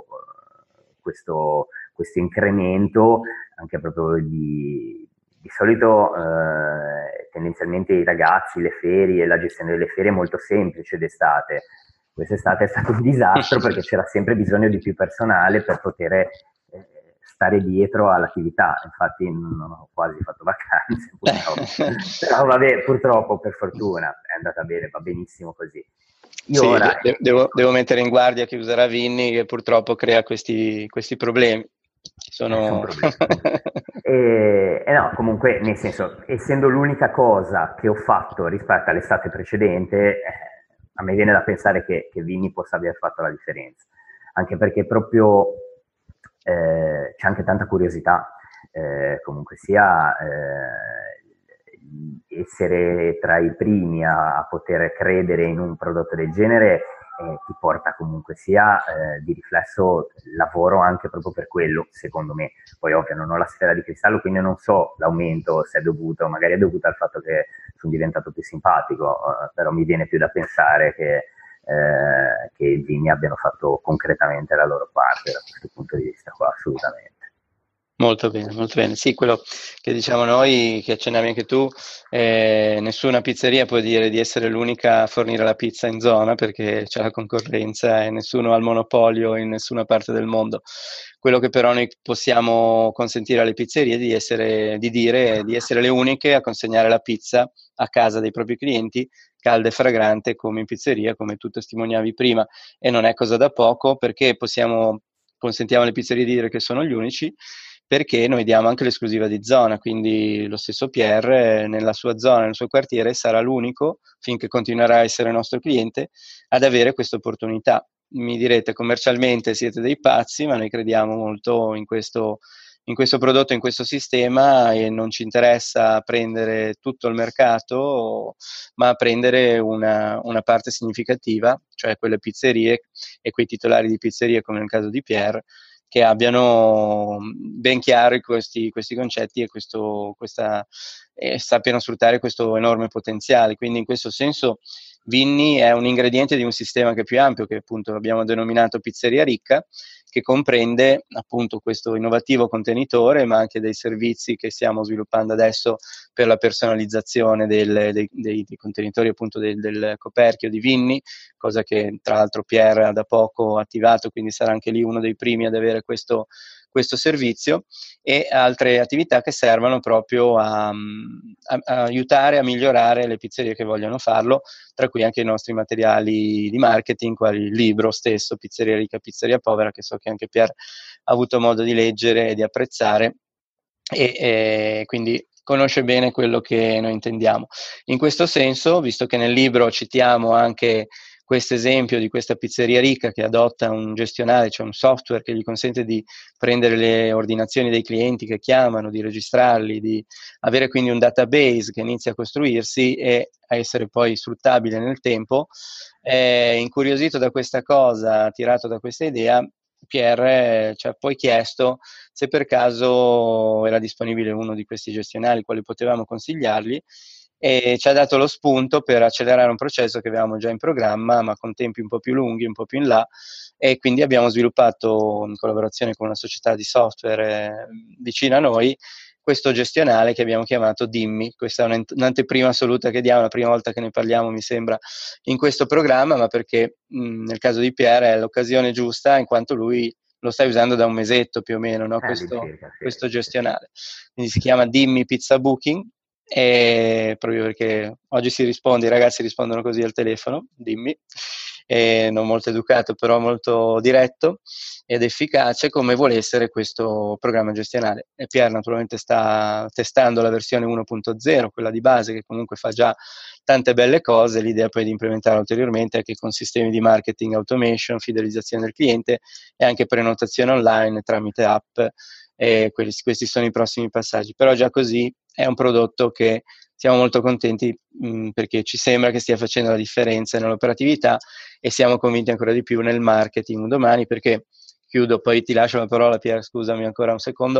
questo incremento anche proprio di solito tendenzialmente i ragazzi, le ferie, la gestione delle ferie è molto semplice d'estate. Quest'estate è stato un disastro perché c'era sempre bisogno di più personale per poter stare dietro all'attività. Infatti non ho quasi fatto vacanze, purtroppo. Però vabbè, purtroppo, per fortuna, è andata bene, va benissimo così. Io Sì, ora devo mettere in guardia chi userà Vinny, che purtroppo crea questi problemi. sono Sono... problemi. E no, comunque, nel senso, essendo l'unica cosa che ho fatto rispetto all'estate precedente, a me viene da pensare che Vini possa aver fatto la differenza. Anche perché proprio c'è anche tanta curiosità. comunque sia essere tra i primi a poter credere in un prodotto del genere ti porta comunque sia di riflesso lavoro anche proprio per quello, secondo me. Poi ovvio non ho la sfera di cristallo, quindi non so l'aumento se è dovuto, magari è dovuto al fatto che sono diventato più simpatico, però mi viene più da pensare che i vini abbiano fatto concretamente la loro parte da questo punto di vista qua, assolutamente. Molto bene, molto bene. Sì, quello che diciamo noi, che accennavi anche tu, nessuna pizzeria può dire di essere l'unica a fornire la pizza in zona perché c'è la concorrenza e nessuno ha il monopolio in nessuna parte del mondo. Quello che però noi possiamo consentire alle pizzerie è di essere le uniche a consegnare la pizza a casa dei propri clienti, calda e fragrante come in pizzeria, come tu testimoniavi prima. E non è cosa da poco perché consentiamo alle pizzerie di dire che sono gli unici, perché noi diamo anche l'esclusiva di zona, quindi lo stesso Pierre nella sua zona, nel suo quartiere, sarà l'unico, finché continuerà a essere nostro cliente, ad avere questa opportunità. Mi direte, commercialmente siete dei pazzi, ma noi crediamo molto in questo prodotto, in questo sistema, e non ci interessa prendere tutto il mercato, ma prendere una parte significativa, cioè quelle pizzerie e quei titolari di pizzerie, come nel caso di Pierre, che abbiano ben chiari questi concetti e sappiano sfruttare questo enorme potenziale. Quindi in questo senso Vinni è un ingrediente di un sistema che è più ampio, che appunto abbiamo denominato Pizzeria Ricca, che comprende appunto questo innovativo contenitore, ma anche dei servizi che stiamo sviluppando adesso per la personalizzazione dei contenitori, appunto del coperchio di Vinni, cosa che tra l'altro Pierre ha da poco attivato, quindi sarà anche lì uno dei primi ad avere questo servizio, e altre attività che servono proprio a aiutare a migliorare le pizzerie che vogliono farlo, tra cui anche i nostri materiali di marketing, quali il libro stesso, Pizzeria Ricca, Pizzeria Povera, che so che anche Pierre ha avuto modo di leggere e di apprezzare, e quindi conosce bene quello che noi intendiamo. In questo senso, visto che nel libro citiamo anche questo esempio di questa pizzeria Ricca che adotta un gestionale, cioè un software che gli consente di prendere le ordinazioni dei clienti che chiamano, di registrarli, di avere quindi un database che inizia a costruirsi e a essere poi sfruttabile nel tempo, incuriosito da questa cosa, attirato da questa idea, Pierre ci ha poi chiesto se per caso era disponibile uno di questi gestionali, quali potevamo consigliargli, e ci ha dato lo spunto per accelerare un processo che avevamo già in programma, ma con tempi un po' più lunghi, un po' più in là, e quindi abbiamo sviluppato, in collaborazione con una società di software vicina a noi, questo gestionale che abbiamo chiamato Dimmi. Questa è un'anteprima assoluta che diamo, la prima volta che ne parliamo mi sembra in questo programma, ma perché nel caso di Pierre è l'occasione giusta, in quanto lui lo stai usando da un mesetto più o meno, no? Questo gestionale. Quindi si chiama Dimmi Pizza Booking, e proprio perché oggi i ragazzi rispondono così al telefono, Dimmi, e non molto educato, però molto diretto ed efficace, come vuole essere questo programma gestionale. E Pierre naturalmente sta testando la versione 1.0, quella di base, che comunque fa già tante belle cose. L'idea poi di implementarla ulteriormente anche con sistemi di marketing automation, fidelizzazione del cliente e anche prenotazione online tramite app, e questi sono i prossimi passaggi. Però già così è un prodotto che siamo molto contenti, perché ci sembra che stia facendo la differenza nell'operatività, e siamo convinti ancora di più nel marketing un domani, perché chiudo, poi ti lascio la parola Pier, scusami ancora un secondo,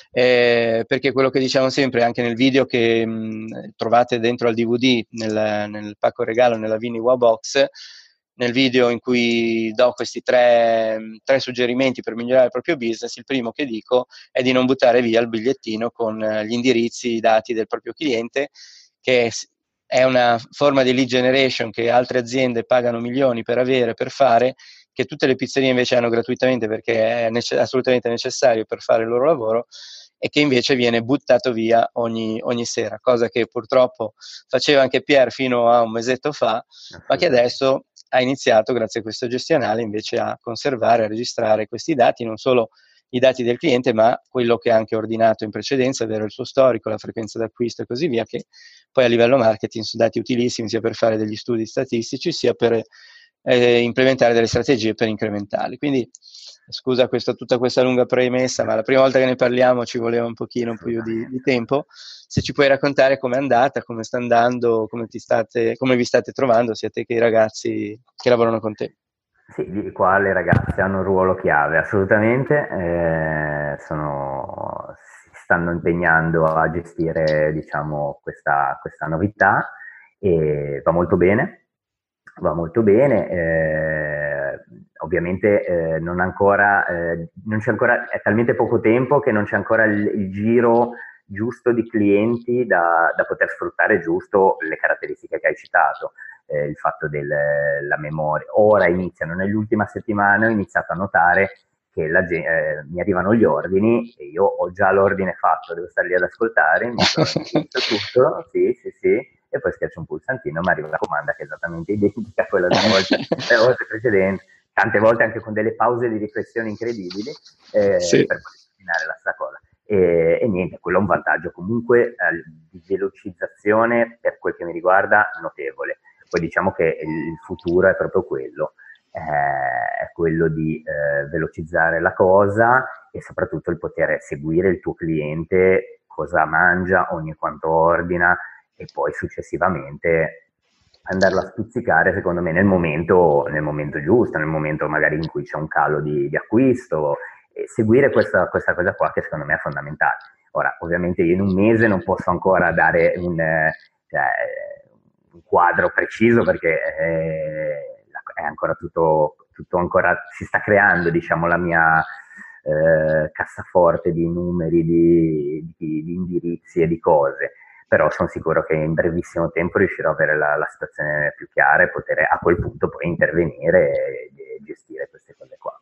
perché quello che diciamo sempre anche nel video che trovate dentro al DVD, nel pacco regalo, nella Vini Wow Box, nel video in cui do questi tre suggerimenti per migliorare il proprio business, il primo che dico è di non buttare via il bigliettino con gli indirizzi, i dati del proprio cliente, che è una forma di lead generation che altre aziende pagano milioni per avere, per fare, che tutte le pizzerie invece hanno gratuitamente, perché è assolutamente necessario per fare il loro lavoro, e che invece viene buttato via ogni sera, cosa che purtroppo faceva anche Pierre fino a un mesetto fa, ma che adesso ha iniziato, grazie a questo gestionale, invece a conservare, a registrare questi dati, non solo i dati del cliente, ma quello che ha anche ordinato in precedenza, ovvero il suo storico, la frequenza d'acquisto e così via, che poi a livello marketing sono dati utilissimi sia per fare degli studi statistici, sia per implementare delle strategie per incrementarli. Quindi scusa tutta questa lunga premessa, ma la prima volta che ne parliamo ci voleva un pochino, un po' di tempo. Se ci puoi raccontare com'è andata, come sta andando, come vi state trovando, sia te che i ragazzi che lavorano con te. Sì, qua le ragazze hanno un ruolo chiave, assolutamente, si stanno impegnando a gestire, diciamo, questa novità e va molto bene, ovviamente non c'è ancora, è talmente poco tempo che non c'è ancora il giro giusto di clienti da poter sfruttare giusto le caratteristiche che hai citato, il fatto della memoria. Ora iniziano, nell'ultima settimana ho iniziato a notare che mi arrivano gli ordini e io ho già l'ordine fatto, devo stare lì ad ascoltare, mi sono visto tutto, sì, sì, sì, e poi schiaccio un pulsantino, mi arriva una comanda che è esattamente identica a quella delle volte precedenti, tante volte anche con delle pause di riflessione incredibili, Sì. per poter terminare la sta cosa. E niente, quello è un vantaggio comunque di velocizzazione per quel che mi riguarda notevole. Poi diciamo che il futuro è proprio quello, è quello di velocizzare la cosa e soprattutto il poter seguire il tuo cliente, cosa mangia, ogni quanto ordina e poi successivamente andarlo a spizzicare secondo me nel momento giusto, nel momento magari in cui c'è un calo di acquisto, e seguire questa cosa qua che secondo me è fondamentale. Ora, ovviamente io in un mese non posso ancora dare un quadro preciso perché è ancora tutto ancora, si sta creando, diciamo, la mia cassaforte di numeri, di indirizzi e di cose, però sono sicuro che in brevissimo tempo riuscirò a avere la situazione più chiara e poter a quel punto poi intervenire e gestire queste cose qua.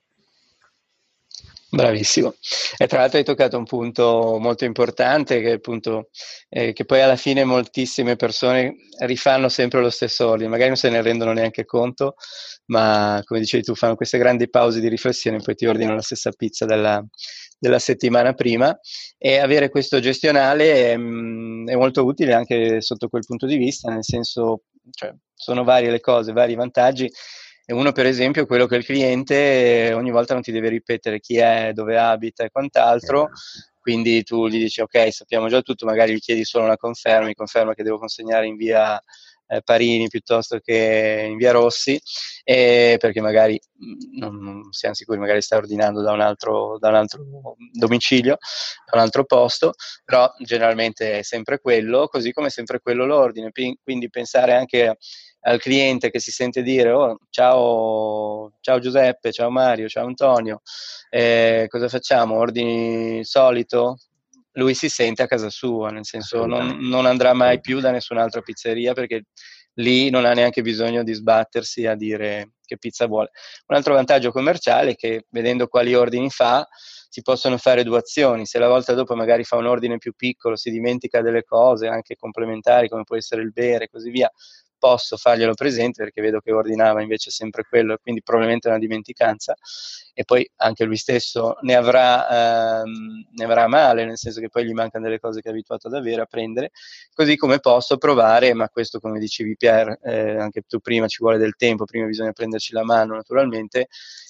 Bravissimo. E tra l'altro hai toccato un punto molto importante, che è il punto che poi alla fine moltissime persone rifanno sempre lo stesso ordine, magari non se ne rendono neanche conto, ma come dicevi tu fanno queste grandi pause di riflessione e poi ti ordinano la stessa pizza della settimana prima, e avere questo gestionale è molto utile anche sotto quel punto di vista, nel senso, cioè, sono varie le cose, vari vantaggi. E uno, per esempio, è quello che il cliente ogni volta non ti deve ripetere chi è, dove abita e quant'altro, quindi tu gli dici ok, sappiamo già tutto, magari gli chiedi solo una conferma, mi conferma che devo consegnare in via Parini piuttosto che in via Rossi, perché magari non siamo sicuri, magari sta ordinando da un altro domicilio, da un altro posto, però generalmente è sempre quello, così come è sempre quello l'ordine, quindi pensare anche al cliente che si sente dire oh, ciao Giuseppe, ciao Mario, ciao Antonio, cosa facciamo? Ordini solito? Lui si sente a casa sua, nel senso non andrà mai più da nessun'altra pizzeria perché lì non ha neanche bisogno di sbattersi a dire che pizza vuole. Un altro vantaggio commerciale è che vedendo quali ordini fa si possono fare due azioni. Se la volta dopo magari fa un ordine più piccolo, si dimentica delle cose anche complementari come può essere il bere e così via, posso farglielo presente perché vedo che ordinava invece sempre quello e quindi probabilmente è una dimenticanza, e poi anche lui stesso ne avrà male, nel senso che poi gli mancano delle cose che è abituato ad avere, a prendere, così come posso provare, ma questo come dicevi Pier, anche tu prima ci vuole del tempo, prima bisogna prenderci la mano naturalmente,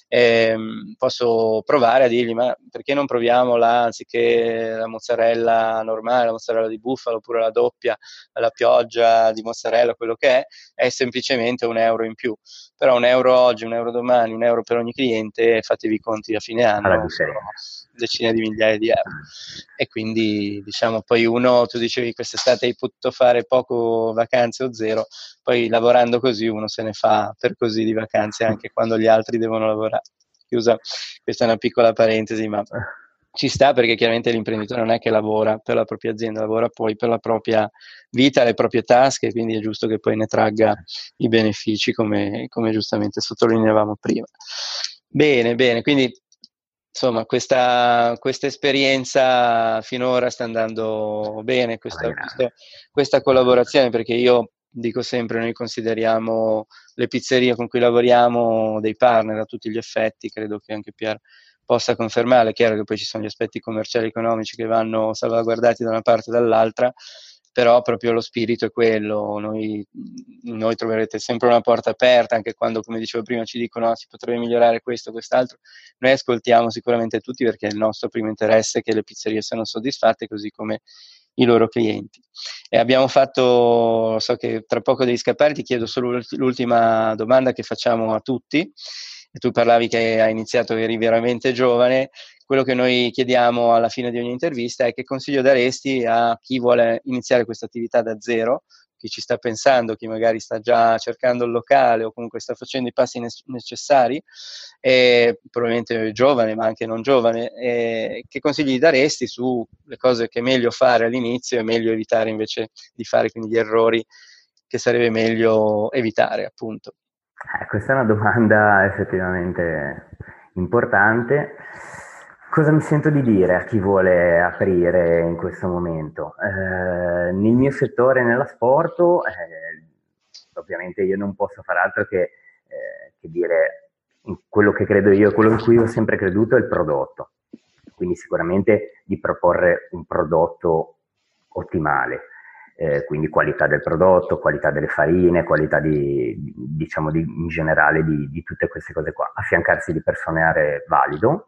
posso provare a dirgli ma perché non proviamo anziché la mozzarella normale, la mozzarella di bufala oppure la doppia, la pioggia di mozzarella, quello che è semplicemente €1 in più, però €1 oggi, €1 domani, €1 per ogni cliente, fatevi i conti a fine Fa la anno, sono differenza. decine di migliaia di euro. E quindi diciamo poi tu dicevi quest'estate hai potuto fare poco vacanze o zero, poi lavorando così uno se ne fa per così di vacanze anche quando gli altri devono lavorare. Chiusa, questa è una piccola parentesi, ma ci sta perché chiaramente l'imprenditore non è che lavora per la propria azienda, lavora poi per la propria vita, le proprie tasche, quindi è giusto che poi ne tragga i benefici come giustamente sottolineavamo prima. Bene, bene, quindi insomma questa esperienza finora sta andando bene, questa collaborazione, perché io dico sempre, noi consideriamo le pizzerie con cui lavoriamo dei partner a tutti gli effetti, credo che anche Pier possa confermare. È chiaro che poi ci sono gli aspetti commerciali e economici che vanno salvaguardati da una parte e dall'altra, però proprio lo spirito è quello. Noi troverete sempre una porta aperta, anche quando, come dicevo prima, ci dicono si potrebbe migliorare questo, quest'altro. Noi ascoltiamo sicuramente tutti, perché il nostro primo interesse è che le pizzerie siano soddisfatte, così come i loro clienti. E abbiamo fatto, so che tra poco devi scappare, ti chiedo solo l'ultima domanda che facciamo a tutti. E tu parlavi che hai iniziato, eri veramente giovane. Quello che noi chiediamo alla fine di ogni intervista è: che consiglio daresti a chi vuole iniziare questa attività da zero, chi ci sta pensando, chi magari sta già cercando il locale o comunque sta facendo i passi necessari, e probabilmente giovane ma anche non giovane, che consigli daresti su le cose che è meglio fare all'inizio e meglio evitare invece di fare, quindi gli errori che sarebbe meglio evitare, appunto? Questa è una domanda effettivamente importante. Cosa mi sento di dire a chi vuole aprire in questo momento? Nel mio settore, nella sport, ovviamente io non posso fare altro che dire quello che credo io, quello in cui ho sempre creduto è il prodotto. Quindi sicuramente di proporre un prodotto ottimale. Quindi qualità del prodotto, qualità delle farine, qualità in generale di tutte queste cose qua, affiancarsi di personale valido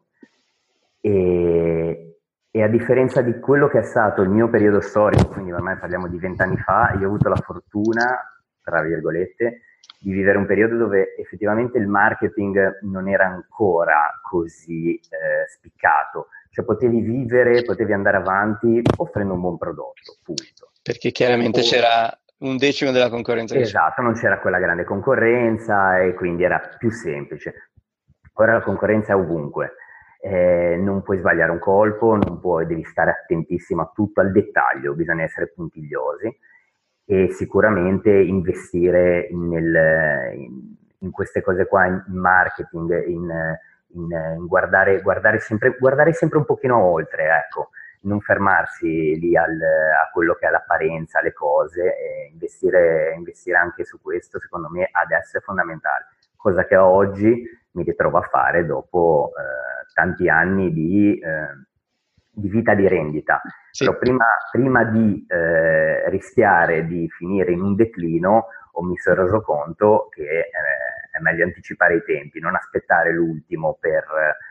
e a differenza di quello che è stato il mio periodo storico, quindi ormai parliamo di 20 anni fa, io ho avuto la fortuna, tra virgolette, di vivere un periodo dove effettivamente il marketing non era ancora così spiccato, cioè potevi andare avanti offrendo un buon prodotto, punto. Perché chiaramente c'era un decimo della concorrenza. Esatto, non c'era quella grande concorrenza e quindi era più semplice. Ora la concorrenza è ovunque, non puoi sbagliare un colpo, devi stare attentissimo a tutto, al dettaglio, bisogna essere puntigliosi e sicuramente investire in queste cose qua, in marketing, in guardare sempre un pochino oltre, ecco. Non fermarsi lì a quello che è l'apparenza, alle cose, e investire anche su questo, secondo me, adesso è fondamentale. Cosa che oggi mi ritrovo a fare dopo tanti anni di vita di rendita. Sì. Però prima di rischiare di finire in un declino, mi sono reso conto che è meglio anticipare i tempi, non aspettare l'ultimo per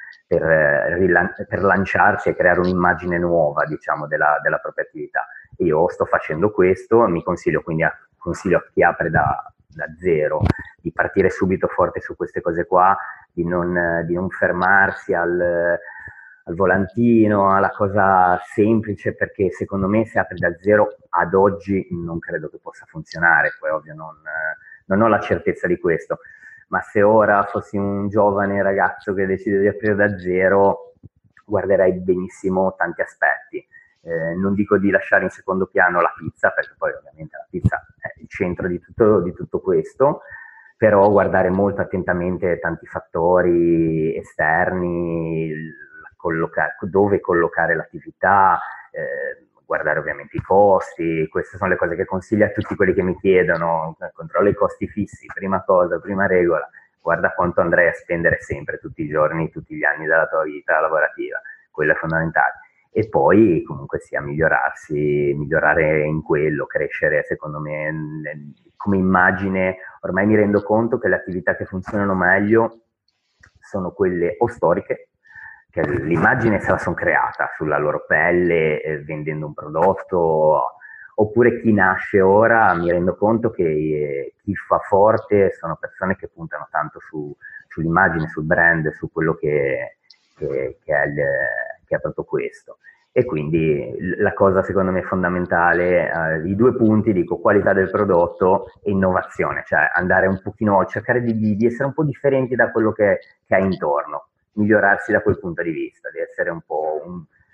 lanciarsi e creare un'immagine nuova, diciamo, della propria attività. Io sto facendo questo, consiglio a chi apre da zero di partire subito forte su queste cose qua, di non fermarsi al volantino, alla cosa semplice, perché secondo me se apri da zero ad oggi non credo che possa funzionare. Poi ovvio non ho la certezza di questo, ma se ora fossi un giovane ragazzo che decide di aprire da zero, guarderei benissimo tanti aspetti. Non dico di lasciare in secondo piano la pizza, perché poi ovviamente la pizza è il centro di tutto questo, però guardare molto attentamente tanti fattori esterni, dove collocare l'attività, guardare ovviamente i costi. Queste sono le cose che consiglio a tutti quelli che mi chiedono: controlla i costi fissi, prima regola, guarda quanto andrai a spendere sempre, tutti i giorni, tutti gli anni della tua vita lavorativa, quello è fondamentale. E poi comunque sia migliorare in quello, crescere. Secondo me come immagine ormai mi rendo conto che le attività che funzionano meglio sono quelle o storiche, che l'immagine se la sono creata sulla loro pelle vendendo un prodotto, oppure chi nasce ora. Mi rendo conto che chi fa forte sono persone che puntano tanto sull'immagine, sul brand, su quello che è proprio questo. E quindi la cosa secondo me fondamentale, i due punti, dico: qualità del prodotto e innovazione, cioè andare un pochino, cercare di essere un po' differenti da quello che hai intorno, migliorarsi da quel punto di vista, di essere un po'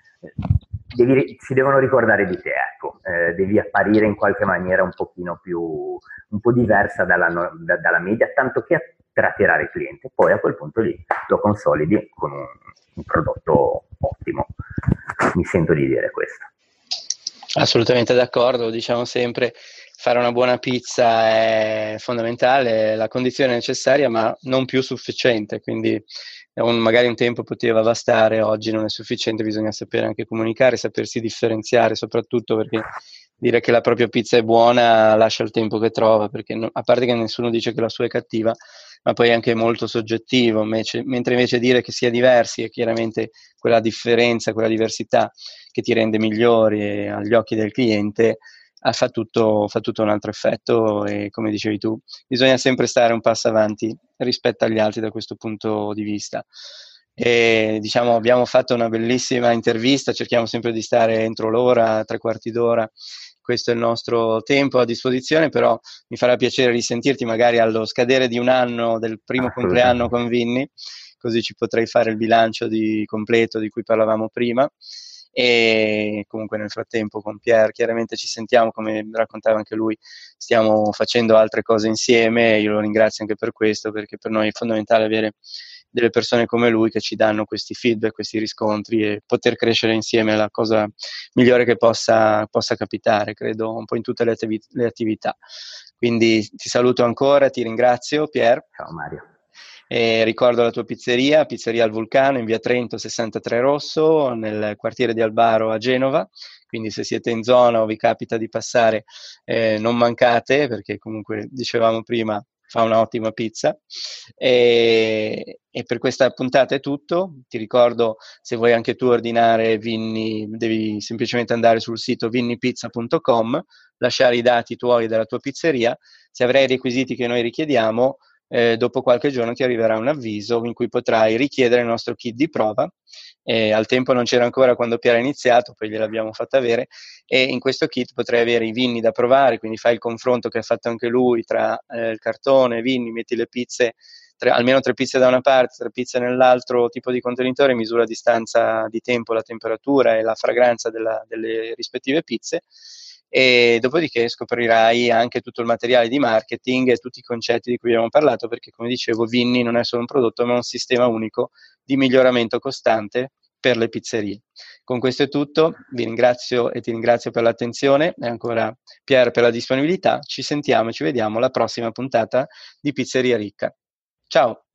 si devono ricordare di te, ecco, devi apparire in qualche maniera un po' diversa dalla media, tanto che per attirare il cliente. Poi a quel punto lì lo consolidi con un prodotto ottimo. Mi sento di dire questo. Assolutamente d'accordo, diciamo sempre, fare una buona pizza è fondamentale, è la condizione necessaria, ma non più sufficiente, quindi magari un tempo poteva bastare, oggi non è sufficiente, bisogna sapere anche comunicare, sapersi differenziare, soprattutto perché dire che la propria pizza è buona lascia il tempo che trova, perché a parte che nessuno dice che la sua è cattiva, ma poi è anche molto soggettivo, mentre invece dire che sia diversi è chiaramente quella differenza, quella diversità che ti rende migliori agli occhi del cliente, fa tutto un altro effetto e come dicevi tu, bisogna sempre stare un passo avanti rispetto agli altri da questo punto di vista. E, diciamo, abbiamo fatto una bellissima intervista, cerchiamo sempre di stare entro l'ora, 3/4 d'ora, questo è il nostro tempo a disposizione, però mi farà piacere risentirti magari allo scadere di un anno del primo compleanno Assolutamente. con Vinny, così ci potrei fare il bilancio completo di cui parlavamo prima. E comunque nel frattempo con Pier chiaramente ci sentiamo, come raccontava anche lui, stiamo facendo altre cose insieme e io lo ringrazio anche per questo, perché per noi è fondamentale avere delle persone come lui che ci danno questi feedback, questi riscontri, e poter crescere insieme è la cosa migliore che possa capitare, credo, un po' in tutte le attività. Quindi ti saluto ancora, ti ringrazio Pier. Ciao Mario. E ricordo la tua pizzeria, Pizzeria al Vulcano in via Trento 63 Rosso, nel quartiere di Albaro a Genova. Quindi se siete in zona o vi capita di passare, non mancate, perché comunque dicevamo prima fa un'ottima pizza. E per questa puntata è tutto. Ti ricordo, se vuoi anche tu ordinare Vinny, devi semplicemente andare sul sito vinnipizza.com, lasciare i dati tuoi della tua pizzeria. Se avrai i requisiti che noi richiediamo, dopo qualche giorno ti arriverà un avviso in cui potrai richiedere il nostro kit di prova. Al tempo non c'era ancora quando Piera ha iniziato, poi gliel'abbiamo fatta avere, e in questo kit potrai avere i vinni da provare, quindi fai il confronto che ha fatto anche lui tra il cartone, vinni, metti le pizze, almeno 3 pizze da una parte, 3 pizze nell'altro tipo di contenitore, misura a distanza di tempo la temperatura e la fragranza delle rispettive pizze, e dopodiché scoprirai anche tutto il materiale di marketing e tutti i concetti di cui abbiamo parlato, perché come dicevo Vinni non è solo un prodotto ma un sistema unico di miglioramento costante per le pizzerie. Con questo è tutto, vi ringrazio e ti ringrazio per l'attenzione e ancora Pier per la disponibilità. Ci sentiamo e ci vediamo alla prossima puntata di Pizzeria Ricca. Ciao!